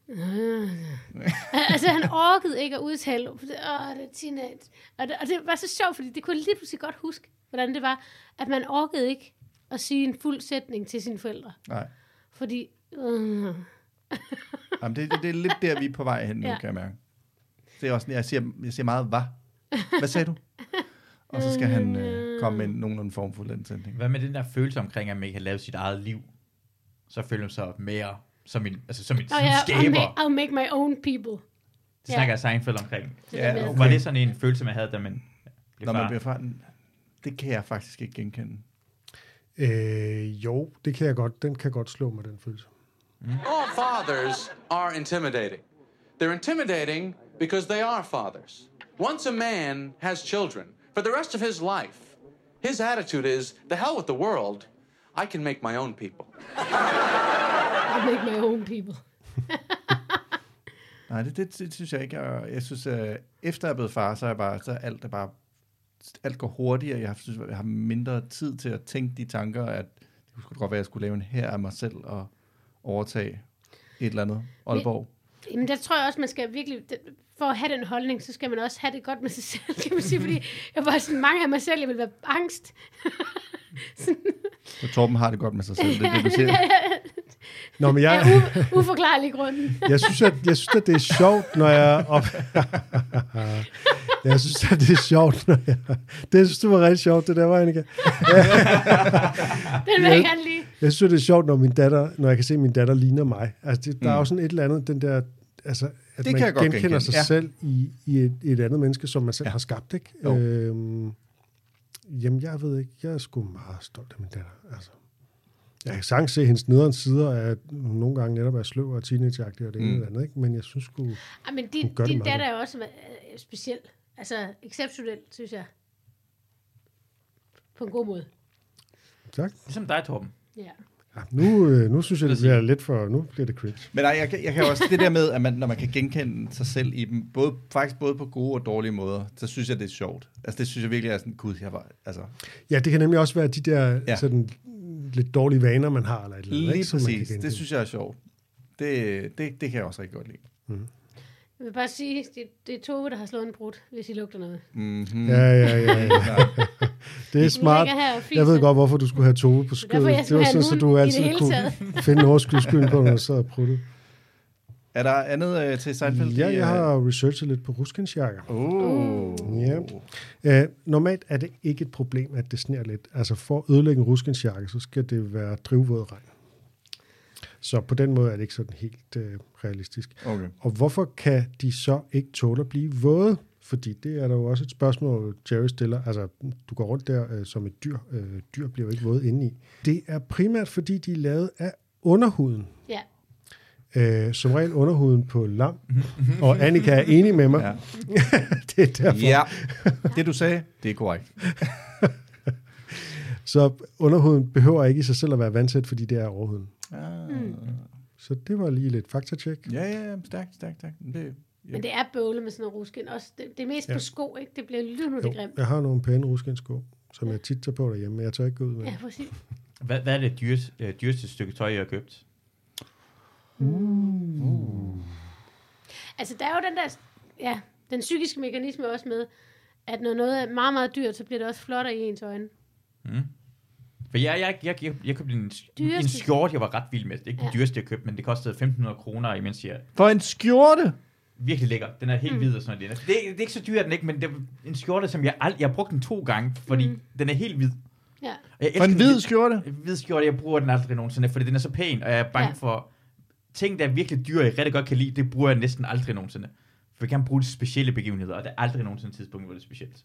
altså han orkede ikke at udtale, åh, det er teenage. Og det, og det var så sjovt, fordi det kunne jeg lige pludselig godt huske, hvordan det var, at man orkede ikke at sige en fuld sætning til sine forældre. Nej. Fordi... Øh. Jamen, det, det, det er lidt der, vi er på vej hen nu, ja. Kan jeg mærke. Det er også, jeg siger, jeg siger meget, hvad? Hvad sagde du? Og så skal han øh, komme med nogenlunde form for landsætning. Hvad med den der følelse omkring, at man ikke kan lave sit eget liv? Så føler man sig mere som en, altså som en oh, yeah, skaber. I'll make, I'll make my own people. Det snakker yeah. jeg Seinfeld omkring. Ja, okay. Var det sådan en følelse, man havde, da man blev Når far? man bliver far? Det kan jeg faktisk ikke genkende. Øh, jo, det kan jeg godt. Den kan godt slå mig, den følelse. Mm. All fathers are intimidating. They're intimidating because they are fathers. Once a man has children, for the rest of his life, his attitude is, the hell with the world, I can make my own people. I make my own people. Nej, det, det, det synes jeg ikke. Jeg, jeg synes, uh, efter jeg er blevet far, så er jeg bare, så alt er bare, alt går hurtigere. Jeg synes, jeg har mindre tid til at tænke de tanker, at det skulle godt være, at jeg skulle lave en her af mig selv og overtage et eller andet Aalborg. Men, jamen, der tror jeg også, man skal virkelig, for at have den holdning, så skal man også have det godt med sig selv, kan man sige, fordi jeg var sådan mange af mig selv, jeg vil være angst. Så Torben har det godt med sig selv, det er det, du siger. Nå, men jeg... Ja, u- uforklarlig grunden. jeg, synes, at, jeg synes, at det er sjovt, når jeg... Op... jeg synes, at det er sjovt, når jeg... Det synes du var rigtig sjovt, det der var, Annika. Den vil jeg gerne lide. Jeg synes, det er sjovt, når min datter, når jeg kan se, at min datter ligner mig. Altså, det, der mm. er jo sådan et eller andet, den der... Altså, at det man kan genkender genkende. sig ja. selv i, i et, et andet menneske, som man selv ja. har skabt, ikke? Øhm, jamen, jeg ved ikke. Jeg er sgu meget stolt af min datter, altså. Jeg kan sagtens se hendes nederen sider, at hun nogle gange netop er sløv og teenageagtig og det mm. ene eller andet, ikke? Men jeg synes sgu, ja, men din, din datter er jo også uh, speciel. Altså, exceptionel, synes jeg. På en god måde. Tak. Ligesom dig, Torben. Ja. Ja, nu, øh, nu synes jeg, det bliver lidt for... Nu bliver det cringe. Men nej, jeg, jeg kan også... Det der med, at man, når man kan genkende sig selv i dem, både, faktisk både på gode og dårlige måder, så synes jeg, det er sjovt. Altså, det synes jeg virkelig er sådan, gud, jeg var... Altså. Ja, det kan nemlig også være de der ja. sådan lidt dårlige vaner, man har, eller et eller andet. Lige ikke, præcis. Det synes jeg er sjovt. Det, det, det kan jeg også rigtig godt lide. Mm. Jeg vil bare sige, det, det er Tove, der har slået en brud, hvis I lugter noget. Mm-hmm. Ja, ja, ja. ja. Det er smart. Jeg ved godt, hvorfor du skulle have Tove på skødet. Det, det var sådan, så du altid kunne finde overskudskylden på, når du sad og pruttede. Er der andet uh, til Seinfeld? Ja, jeg har researchet lidt på ruskensjakker. Oh. Ja. Uh, normalt er det ikke et problem, at det sner lidt. Altså for at ødelægge en ruskensjakke, så skal det være drivvåd regn. Så på den måde er det ikke sådan helt uh, realistisk. Okay. Og hvorfor kan de så ikke tåle at blive våde? Fordi det er der jo også et spørgsmål, Jerry stiller. Altså, du går rundt der uh, som et dyr. Uh, dyr bliver jo ikke våde indeni. Det er primært, fordi de er lavet af underhuden. Ja. Uh, som regel underhuden på lam. Og Annika er enig med mig. Ja. Det er derfor. Ja, det du sagde, det er korrekt. Så underhuden behøver ikke i sig selv at være vandsæt, fordi det er overhuden. Ah. Mm. Så det var lige lidt faktatjek. Ja, ja, stærkt, stærkt, stærkt. Det, ja. Men det er bøvle med sådan en ruskin. Også det, det er mest ja. på sko, ikke? Det bliver lynhurtigt grimt. Jeg har nogle pæne ruskinsko, som jeg tit tager på derhjemme, men jeg tør ikke gå ud med. Ja, præcis. Hvad, hvad er det dyreste, øh, dyreste stykke tøj, jeg har købt? Uh. Uh. Altså, der er jo den der, ja, den psykiske mekanisme også med, at når noget er meget, meget dyrt, så bliver det også flottere i ens øjne. Mm. For jeg, jeg, jeg, jeg, jeg købte en, en skjorte, jeg var ret vild med. Det er ikke ja. den dyreste, jeg købte, men det kostede femten hundrede kroner, imens jeg... For en skjorte? virkelig lækker. Den er helt mm. hvid og sådan noget. Det, det er ikke så dyr, den ikke, men det er en skjorte, som jeg aldrig... Jeg har brugt den to gange, fordi mm. den er helt hvid. Ja. For en hvid skjorte? En hvid skjorte, jeg bruger den aldrig nogensinde, fordi den er så pæn, og jeg er bange ja. for... Ting, der er virkelig dyre, jeg rigtig godt kan lide, det bruger jeg næsten aldrig nogensinde. For jeg kan bruge det specielle begivenheder, og der er aldrig nogensinde et tidspunkt, hvor det er specielt.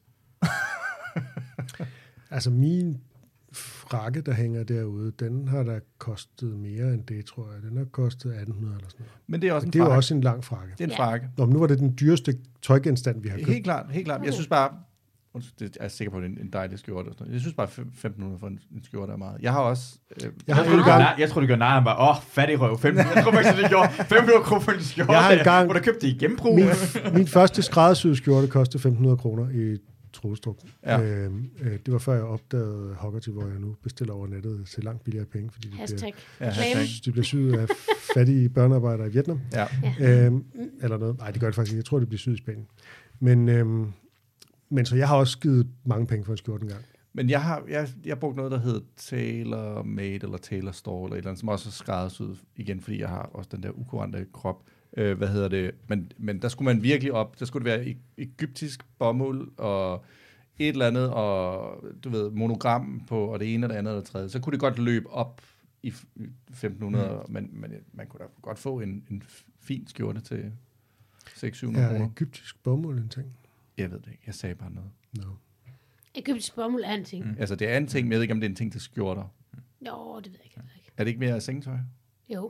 Altså min frakke, der hænger derude, den har da kostet mere end det, tror jeg. Den har kostet atten hundrede eller sådan noget. Men det er også og en det frakke. er også en lang frakke. Det er en frakke. Nå, men nu var det den dyreste tøjgenstand, vi har købt. Helt klart, helt klart. Jeg synes bare, det er jeg sikker på, det er en dejlig skjorte. Jeg synes bare, femten hundrede for en, en skjorte er meget. Jeg har også... Øh, jeg, har jeg, tror, gang... jeg tror, du gør nej, bare, åh, fattig røv. Jeg tror faktisk, det gjorde fem hundrede kroner for en skjorte, jeg har en gang, hvor du købte det i genbrug. Min, min første skræddersyede skjorte kostede femten hundrede kroner i Troelstrup. Ja. Øh, øh, det var før jeg opdagede Hoggerty, hvor jeg nu bestiller over nettet til langt billigere penge, fordi de hashtag. bliver, ja, de bliver syet af fattige børnearbejdere i Vietnam. Ja. Øh, eller noget. Nej, det gør det faktisk ikke. Jeg tror, det bliver syet i Spanien. Men, øh, men så jeg har også givet mange penge for en skjorte en gang. Men jeg har, jeg, jeg har brugt noget, der hedder Tailor Made, eller Tailor Store, eller et eller andet, som også er skræddersyet igen, fordi jeg har også den der ukurante krop. Øh, hvad hedder det? Men, men der skulle man virkelig op. Der skulle det være egyptisk bomuld, og et eller andet, og du ved, monogram på, og det ene, og det andet, og det tredje. Så kunne det godt løbe op i femten hundrede, mm. men, men man kunne da godt få en, en fin skjorte til seks til syv hundrede kroner. Ja, egyptisk bomuld en ting? Jeg ved det ikke. Jeg sagde bare noget. No. Egyptisk bomuld er en ting. Mm. Altså, det er en ting, men jeg ved ikke, om det er en ting til skjorter. Jo, det ved jeg ikke. Jeg ved ikke. Er det ikke mere sengetøj? Jo.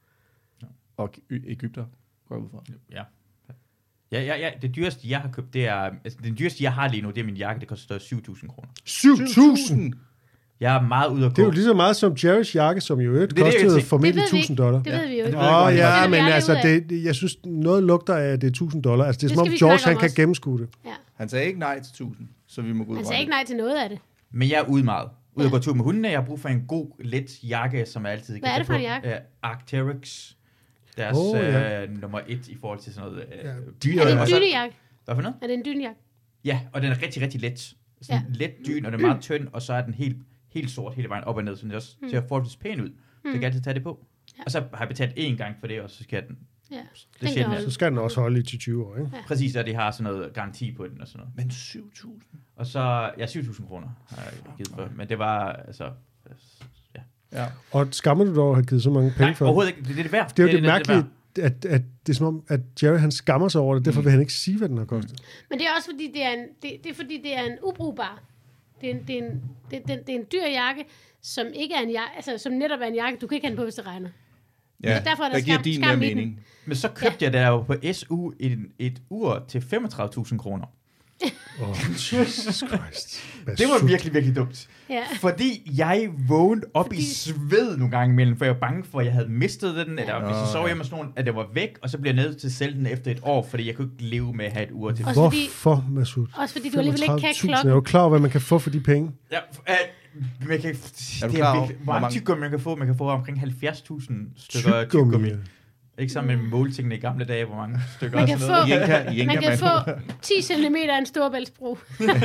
Og Egypter går ud fra. Ja. Ja, ja, ja. Det dyreste, jeg har købt, det er... Altså, den dyreste, jeg har lige nu, det er min jakke. Det koster syv tusind kroner. syv tusind? Jeg er meget ude at gå. Det er jo lige så meget som Jerrys jakke, som jo øvrigt kostede formentlig tusind dollar. Det ved vi jo ikke. Åh oh, ja, men altså, det, jeg synes, noget lugter af, at det er tusind dollar. Altså, det er som om George, han kan gennemskue det. Ja. Han sagde ikke nej til tusind, så vi må gå ud. Han sagde ikke nej til noget af det. Men jeg er ude meget. Ude at gå tur med hundene. Jeg har brug for en god, let jakke, som jeg altid kan. Hvad er det for en jakke? Uh, Arc'teryx. Deres oh, ja. uh, nummer et i forhold til sådan noget. Uh, ja. Dyr. Er det en dynejakke? Hvad for noget? Er det en dynejakke? Ja, og den er rigtig, rigtig let. Sådan ja. let dyn, og den er meget tynd, og så er den helt, helt sort hele vejen op og ned, så den også mm. ser forholdsvis pæn ud. Mm. Så jeg kan altid tage det på. Ja. Og så har jeg betalt én gang for det, og så skal den... Ja. Det sjældent, så skal den også holde i til tyve år, ikke? Ja. Præcis, og de har sådan noget garanti på den og sådan noget. Men syv tusind? Og så... Ja, syv tusind kroner har jeg givet for. Men det var altså... Ja. ja. Og skammer du dig over at have givet så mange penge Nej, for? Nej, overhovedet ikke. Det er det værd. Det er jo det, det, det mærkelige, at, at det er som om, at Jerry han skammer sig over det, derfor vil han ikke sige, hvad den har kostet. Men det er også fordi, det er en, det, det er, fordi, det er en ubrugbar. Det er en, det, er en, det, det, det er en dyr jakke, som ikke er en jakke, altså som netop er en jakke, du kan ikke have den på, hvis det regner. Ja, så derfor er der, der giver skam, din skam mere mening. Men så købte ja. jeg der jo på S U et, et ur til femogtredive tusind kroner. Åh, oh, Jesus Christ. Det var virkelig, virkelig dumt. Ja. Fordi jeg vågnede op fordi... i sved nogle gange imellem, for jeg var bange for, at jeg havde mistet den, eller ja. hvis jeg sov hjemme hos nogen, at det var væk, og så blev jeg nødt til at sælge den efter et år, fordi jeg kunne ikke leve med at have et ur til. Hvorfor, Masud? Også fordi du alligevel ikke kan klokken. Er du klar over, hvad man kan få for de penge? Ja, uh, man kan, er du klar over, hvor mange tyggegummi man kan få? Man kan få omkring halvfjerds tusind stykker tyggegummi. Ikke sammen med måltingene i gamle dage, hvor mange stykker man kan også få, noget. Jenka, Jenka, man kan få ti centimeter af en storbæltsbro.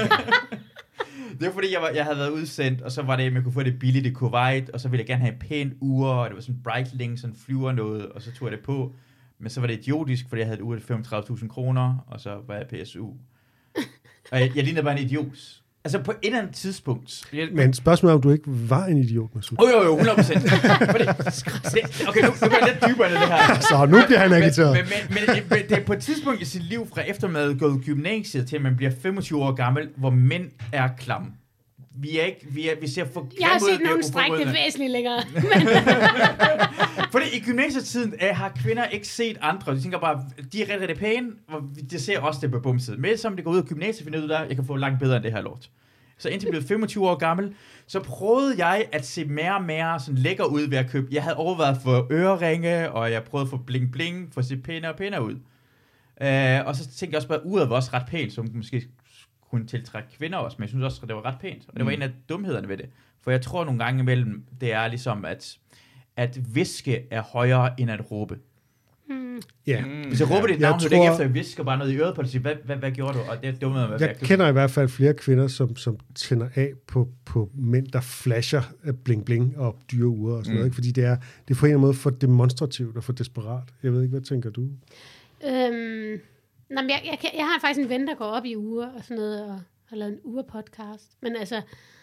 Det var fordi, jeg, var, jeg havde været udsendt, og så var det, at man kunne få det billigt i Kuwait, og så ville jeg gerne have en pæn ur, og det var sådan Breitling, sådan flyver noget, og så tog jeg det på. Men så var det idiotisk, fordi jeg havde et ur til femogtredive tusind kroner, og så var jeg P S U. Og jeg, jeg lignede bare en idiot. Altså på et eller andet tidspunkt. Jeg, men spørgsmålet er, om du ikke var en idiot, Masud. Åh, oh, jo, jo, hundrede procent. Okay, nu, nu går jeg lidt dybere end det her. Så nu bliver han agiteret. Men, men, men, men det er på et tidspunkt i sit liv, fra eftermad gået gymnasiet til, at man bliver femogtyve år gammel, hvor mænd er klamme. Vi er ikke, vi, er, vi ser for jeg har set nogen strække det væsentligt længere. Fordi i gymnasietiden uh, har kvinder ikke set andre. De tænker bare, de er rigtig, rigtig pæne, og de ser også det på bumset. Men som det går ud af gymnasiet, finder ud af, jeg kan få langt bedre end det her lort. Så indtil jeg blev femogtyve år gammel, så prøvede jeg at se mere og mere sådan lækker ud ved at købe. Jeg havde overvejet for øreringe, og jeg prøvede for bling bling, for at se pænere og pænere ud. Uh, og så tænkte jeg også bare, at uret var også ret pænt, så måske kunne tiltrække kvinder også, men jeg synes også, at det var ret pænt. Og det var mm. en af dumhederne ved det. For jeg tror nogle gange imellem, det er ligesom, at, at viske er højere end at råbe. Mm. Ja. Mm. Hvis jeg råber dit navn, så er det ikke efter, at jeg visker bare noget i øret på det, og siger, hvad, hvad, hvad gjorde du? Og det er dumt at være. Jeg kender i hvert fald flere kvinder, som, som tænder af på, på mænd, der flasher bling bling og dyre uger og sådan mm. noget. Ikke? Fordi det er, det er på en eller anden måde for demonstrativt og for desperat. Jeg ved ikke, hvad tænker du? Øhm, nej, men jeg, jeg, kan, jeg har faktisk en ven, der går op i uger og sådan noget, og har lavet en uger-podcast. Men altså...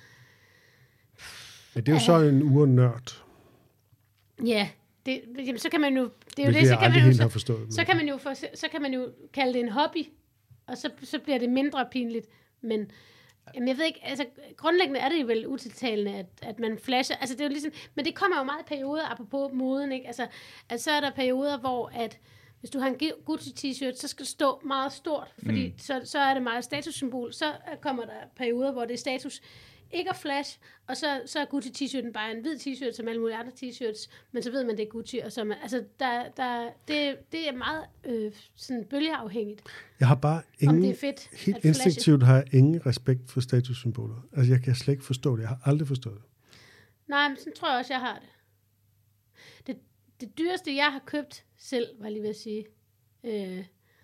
Ja, det er jo så en urnørd. Ja, det, jamen, så kan man jo... Det er jo Hvilket det, så jeg kan aldrig man jo, helt så, har forstået. så kan man jo for, så kan man jo kalde det en hobby, og så, så bliver det mindre pinligt. Men jamen, jeg ved ikke, altså grundlæggende er det jo vel utiltalende, at, at man flasher. Altså det er jo ligesom, men det kommer jo meget i perioder, apropos moden, ikke? Altså, at så er der perioder, hvor at hvis du har en Gucci t-shirt, så skal det stå meget stort, fordi mm. så, så er det meget statussymbol. Så kommer der perioder, hvor det er status ikke at flash, og så, så er Gucci t-shirten bare en hvid t-shirt, som alle mulige andre t-shirts, men så ved man, det er Gucci, og så man, altså, der, der, det, det er meget øh, sådan bølgeafhængigt. Jeg har bare ingen, om det er fedt helt instinktivt har jeg ingen respekt for statussymboler. Altså, jeg kan slet ikke forstå det. Jeg har aldrig forstået det. Nej, men sådan tror jeg også, jeg har det. Det, det dyreste, jeg har købt selv, var jeg lige ved at sige, øh,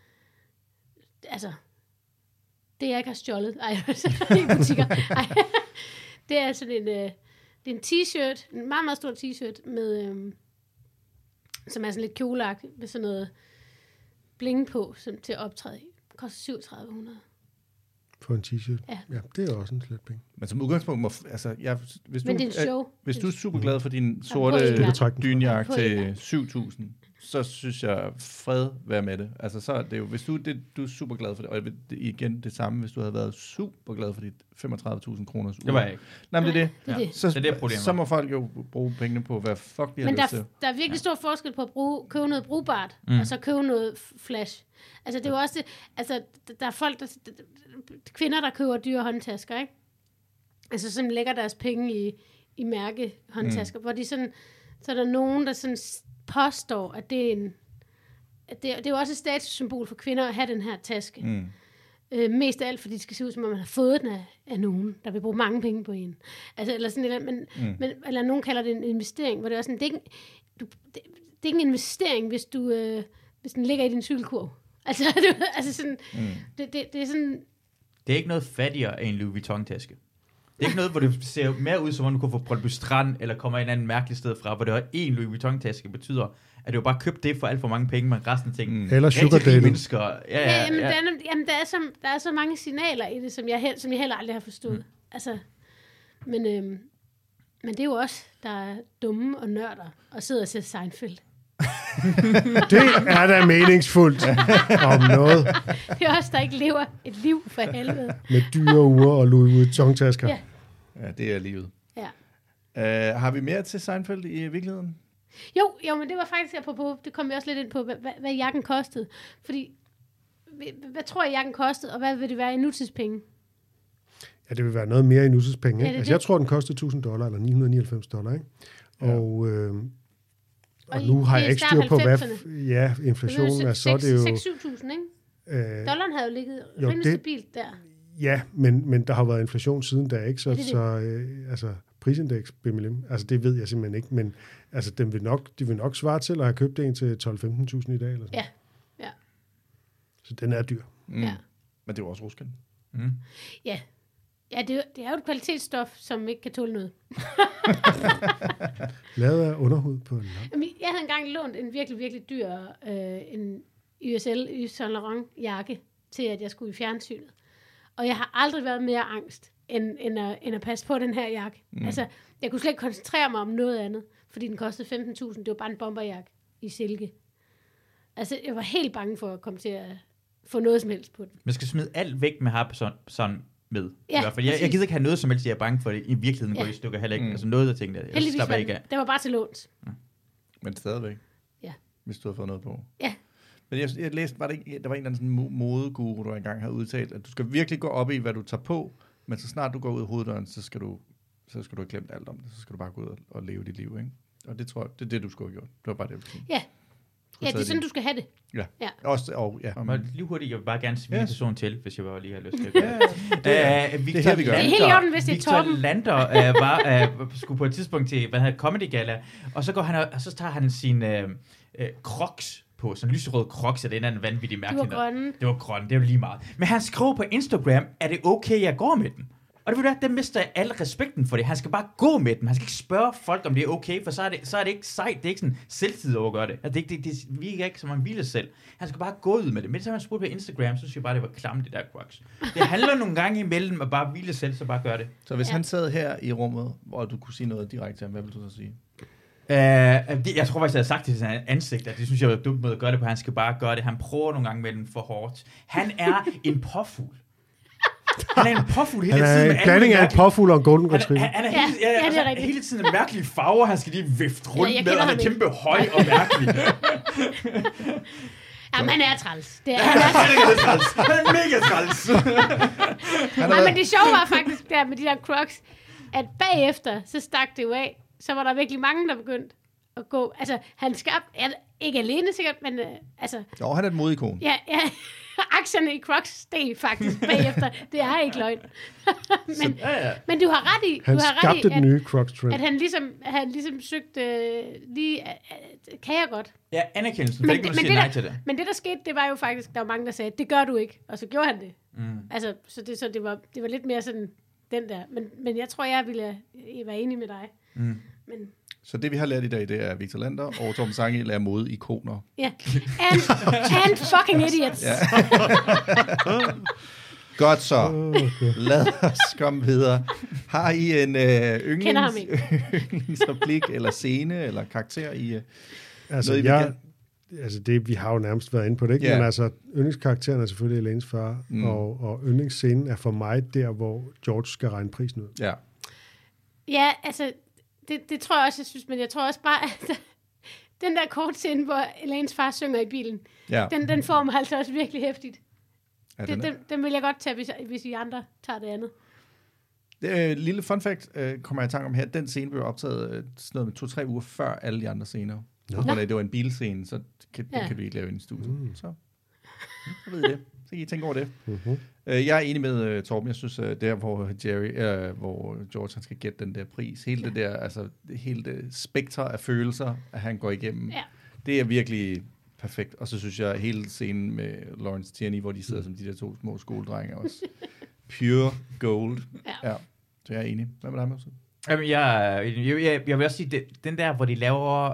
altså, det jeg ikke har stjålet, ej, i butikker, ej. Det er sådan en, øh, det er en t-shirt, en meget, meget stor t-shirt, med, øh, som er sådan lidt kjoleagtigt, med sådan noget bling på, som til at optræde i. Det koster syvogtredive hundrede. For en t-shirt? Ja. Ja, det er også en slet penge. Men som udgangspunkt, må, altså, jeg, hvis, Men du, det er en show. hvis du er super glad for din på sorte en dynjakke På en til gang. syv tusind, så synes jeg, fred være med det. Altså, så er det jo, hvis du, det, du er super glad for det, og det, igen det samme, hvis du havde været super glad for dit femogtredive tusind kroners ur. Det var jeg ikke. Nej, men det er det. Det er det. Så, Det er det problem, så må folk jo bruge pengene på, hvad fuck de har Men lyst der, til. der er virkelig stor forskel på at bruge, købe noget brugbart, Mm. mm. og så købe noget f- flash. Altså, det er jo også det, altså, d- der er folk, der, d- d- kvinder, der køber dyre håndtasker, ikke? Altså, som lægger deres penge i, i mærke håndtasker, mm. hvor de sådan, så er der nogen, der sådan s- påstår, at det er en, at det, det er jo også et statussymbol for kvinder at have den her taske. Mm. Øh, mest af alt, fordi det skal se ud, som om man har fået den af, af nogen, der vil bruge mange penge på en. Altså, eller sådan, eller, men, Mm. men, eller nogen kalder det en investering, hvor det er sådan, det er ikke, en- du, det, det er ikke en investering, hvis du, øh, hvis den ligger i din cykelkurv. Altså, det, altså sådan, Mm. det, det, det er sådan, Det er ikke noget fattigere end en Louis Vuitton-taske. Det er ikke noget, hvor det ser mere ud, som om du kunne få Brøndby Strand, eller kommer en anden mærkelig sted fra, hvor det er en Louis Vuitton-taske betyder, at du jo bare købt det for alt for mange penge, men resten af ting. Eller sugar dating. mennesker. Ja, ja, ja, jamen, ja. Der, er, jamen, der, er så, der er så mange signaler i det, som jeg, hel- som jeg heller aldrig har forstået. Mm. Altså, men, øhm, men det er jo også, der er dumme og nørder, og sidder og ser Seinfeld. Det er da meningsfuldt om noget. Det er også der ikke lever et liv for helvede. Med dyre uger og Louis Vuitton-tasker. Ja. Ja, det er livet. Ja. Uh, har vi mere til Seinfeld i virkeligheden? Jo, jo, men det var faktisk apropos, det kom vi også lidt ind på, hvad, hvad, hvad jakken kostede. Fordi, hvad, hvad tror jeg, jakken kostede, og hvad vil det være i nutidspenge? Ja, det vil være noget mere i nutidspenge. Ja, Ikke? det er Altså, det. jeg tror, den kostede tusind dollar, eller ni hundrede nioghalvfems dollar. Ikke? Ja. Og, øh, og, Og nu i- har det jeg er ikke start styr på, hvad... halvfemserne. Ja, inflationen er så det jo... seks til syv tusind, ikke? Øh, Dollaren havde jo ligget jo, rimelig det- stabilt der. ja, men, men der har været inflation siden da, ikke? Så, Ja, det er det. så øh, altså, prisindeks, B M L M, altså det ved jeg simpelthen ikke, men altså, den vil nok, de vil nok svare til at have købt en til tolv til femten tusind i dag. Eller sådan. Ja, ja. Så den er dyr. Mm. Ja. Men det er jo også rusken. Mm. Ja, ja det, er jo- det er jo et kvalitetsstof, som ikke kan tåle noget. Lavet af underhud på en lam. Jamen, jeg havde engang lånt en virkelig, virkelig dyr øh, en Y S L Yves Saint Laurent jakke til, at jeg skulle i fjernsynet. Og jeg har aldrig været mere angst, end, end, at, end at passe på den her jakke. Mm. Altså, jeg kunne slet ikke koncentrere mig om noget andet, fordi den kostede femten tusind. Det var bare en bomberjakke i silke. Altså, jeg var helt bange for at komme til at få noget som helst på den. Man skal smide alt væk med Harpeson sådan med. Ja, I hvert fald. Jeg, jeg præcis. gider ikke have noget som helst, jeg er bange for det. I virkeligheden Ja. går i stykker heller ikke. Mm. Altså noget, der tænkte jeg, jeg Heldigvis slapper var ikke den, af. det var bare til låns. Men stadigvæk. Ja. Hvis du har fået noget på. Ja. Men jeg, jeg læste, var det ikke, der var en eller anden sådan mo- modeguru, der engang havde udtalt, at du skal virkelig gå op i, hvad du tager på, men så snart du går ud af hoveddøren, så skal du, så skal du have glemt alt om det. Så skal du bare gå ud og, og leve dit liv, ikke? Og det tror jeg, det er det, du skulle have gjort. Det var bare det, jeg ville sige. Ja. Ja, det er sådan, du skal have det. Ja. Ja. Også, og, ja. Og lige hurtigt, jeg vil bare gerne svine Ja. en person til, hvis jeg bare lige har lyst til at gøre Ja, det. det er- Uh, det er her, vi gør. Det er helt i orden, hvis det er Victor Torben. Lander uh, var, uh, skulle på et tidspunkt til, hvad hedder Comedy Gala, og så går han, og, og så tager han sin uh, uh, crocs på, sådan en lyserød crocs, og det er en anden vanvittig Du mærkelig. var grønne. Det var grønne, det var lige meget. Men han skrev på Instagram, er det okay, jeg går med den? Og det vil være, den mister al respekten for det. Han skal bare gå med dem. Han skal ikke spørge folk, om det er okay, for så er det, så er det ikke sejt. Det er ikke sådan selvtid over at gøre det. Altså, det, det, det virker ikke, som han ville selv. Han skal bare gå ud med det. Men det er, han spurgte på Instagram, så synes jeg bare, det var klamt, det der Crocs. Det handler nogle gange imellem at bare hvile selv, så bare gør det. Så hvis ja. han sad her i rummet, og du kunne sige noget direkte til ham, hvad ville du så sige? Uh, det, jeg tror faktisk, jeg havde sagt det til hans ansigt, at det synes jeg var dumt måde at gøre det på. Han skal bare gøre det. Han prøver nogle gange mellem for hårdt. Han er en påfugl. Han er en påfugl hele tiden. Han er en blanding af en påfugl og en golden retriever. Han, han er hele, ja, ja, ja, altså, hele tiden en mærkelig farver, han skal lige vifte rundt ja, med, og han er kæmpe høj og mærkelig. Jamen, han er træls. Det er, han, er, han er træls. Han er mega træls. Nej, men det sjove var faktisk der med de der Crocs, at bagefter, så stak det jo af, så var der virkelig mange, der begyndte at gå. Altså, han skabte, ikke alene sikkert, men uh, altså... Jo, han er et modikon. Ja, ja. Aktierne i Crocs steg faktisk bagefter. Det er ikke løgn. men, så, ja, ja. men du har ret i, han du har skabte ret i, den nye Crocs-trend. At han ligesom, han ligesom søgte øh, lige, øh, kan jeg godt. Ja, anerkendelsen. Men, ikke, men, det, nej der, til det. men det, der skete, det var jo faktisk, der var mange, der sagde, det gør du ikke. Og så gjorde han det. Mm. Altså, så det, så det var, det var lidt mere sådan, den der. Men, men jeg tror, jeg ville være enig med dig. Mm. Men... Så det, vi har lært i dag, det er Victor Lander og Torben Sange lærer mode-ikoner. Ja. And, and fucking idiots. Ja. Godt så. Lad os komme videre. Har I en øh, yndlings, yndlingsreplik, eller scene, eller karakter i øh, altså, noget, jeg, altså det, vi har jo nærmest været inde på det, ikke? Yeah. Men altså, yndlingskarakteren er selvfølgelig Elaines far, mm. og, og yndlingsscenen er for mig der, hvor George skal regne prisen ud. Ja. Ja, altså... Det, det tror jeg også, jeg synes, men jeg tror også bare, at den der kortscene, hvor Elaines far synger i bilen, ja. den, den får mig altså også virkelig hæftigt. Ja, det, den, den vil jeg godt tage, hvis, hvis I andre tager det andet. Det, øh, lille fun fact øh, kommer jeg i tanke om her. Den scene blev optaget øh, sådan noget med to-tre uger før alle de andre scener. No. Hvor det var en bilscene, så kan, ja. det kan vi ikke lave ind i studiet. Mm. Så, så ved I det. Så kan I tænke over det. Mm-hmm. Uh, jeg er enig med uh, Torben. Jeg synes, uh, der hvor Jerry, uh, hvor George han skal gætte den der pris, hele ja. det der, altså hele det spektrum af følelser, at han går igennem, ja. det er virkelig perfekt. Og så synes jeg, hele scenen med Lawrence Tierney, hvor de sidder mm. som de der to små skoledrenge også. Pure gold. Ja. ja. Så jeg er enig. Hvad med dig, Marcel? Jamen, jeg, jeg, jeg, jeg vil også sige, det, den der, hvor de laver...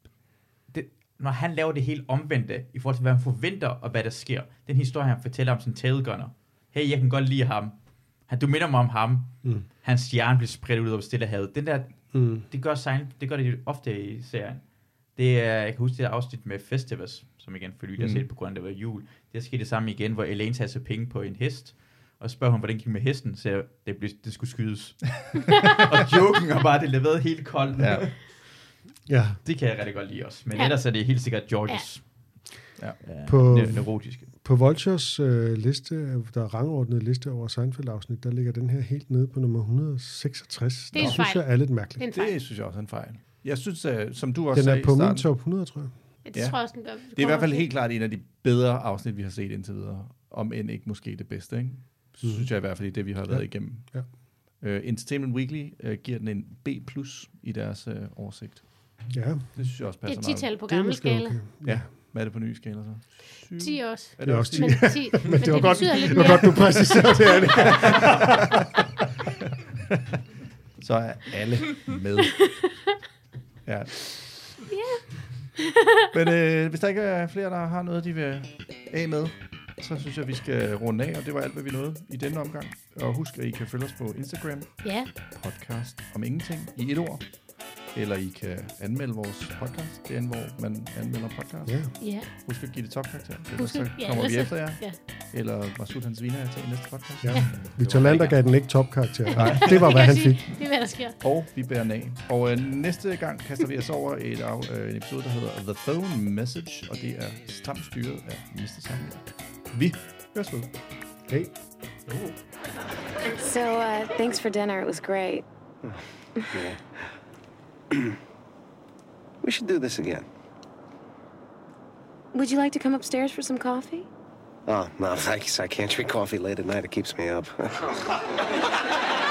når han laver det helt omvendte, i forhold til, hvad han forventer, og hvad der sker. Den historie, han fortæller om sin tailgunner. Hey, jeg kan godt lide ham. Han, du minder mig om ham. Mm. Hans stjerne bliver spredt ud over Stillehavet. Den der, mm. det gør sign, det gør det ofte i serien. Det er, jeg kan huske det der afsnit med Festivus, som igen for lytter mm. set på grund af, det var jul. Det skete det samme igen, hvor Elaine tager sig penge på en hest, og spørger hun, hvordan det gik med hesten, så det, blev, det skulle skydes. og joken var bare, det leveret helt koldt. Ja. Ja. Det kan jeg rigtig godt lide også. Men ja. ellers er det helt sikkert Georges ja. Ja. På, neurotiske. På Vultures øh, liste, der er rangordnet liste over Seinfeld-afsnit, der ligger den her helt nede på nummer et hundrede og seksogtres. Det, det synes jeg er lidt mærkeligt. Det, det synes jeg også er en fejl. Jeg synes, uh, som du også sagde i starten... Den er på min top hundrede, tror jeg. Ja, det, ja. Tror jeg også, den gør. Det er i hvert fald helt klart en af de bedre afsnit, vi har set indtil videre. Om end ikke måske det bedste, ikke? Så mm. synes jeg i hvert fald, det vi har været ja. igennem. Ja. Uh, Entertainment Weekly uh, giver den en B plus i deres uh, oversigt. Ja. Det synes jeg også passer meget. Det er ti-tal på gammel skala. Okay. Ja. Hvad er det på ny skala så? Syv. ti også. Er det også ti? Men, ti, men, men det var det godt, lidt det var godt, du præciserede det, Anne. Så er alle med. Ja. Ja. Men øh, hvis der ikke er flere, der har noget, de vil af med, så synes jeg, vi skal runde af, og det var alt, hvad vi nåede i denne omgang. Og husk, at I kan følge os på Instagram. Ja. Podcast om ingenting i et ord. Eller I kan anmelde vores podcast. Det er en, hvor man anmelder podcast. Ja. Ja. Husk at give det topkarakter. Husk, så kommer ja, vi efter jer. Ja. Eller Masud hans viner til næste podcast. Ja. Victor Lander gav den ikke topkarakter. Nej, det var, hvad han fik. Det er, hvad der sker. Og vi bærer den af. Og øh, næste gang kaster vi os over et, øh, en episode, der hedder The Phone Message. Og det er stramt styret af mister Sange. Vi høres ved. Hey. Oh. So, uh, thanks for dinner. It was great. Yeah. We should do this again. Would you like to come upstairs for some coffee? Oh, no, thanks. I can't drink coffee late at night. It keeps me up.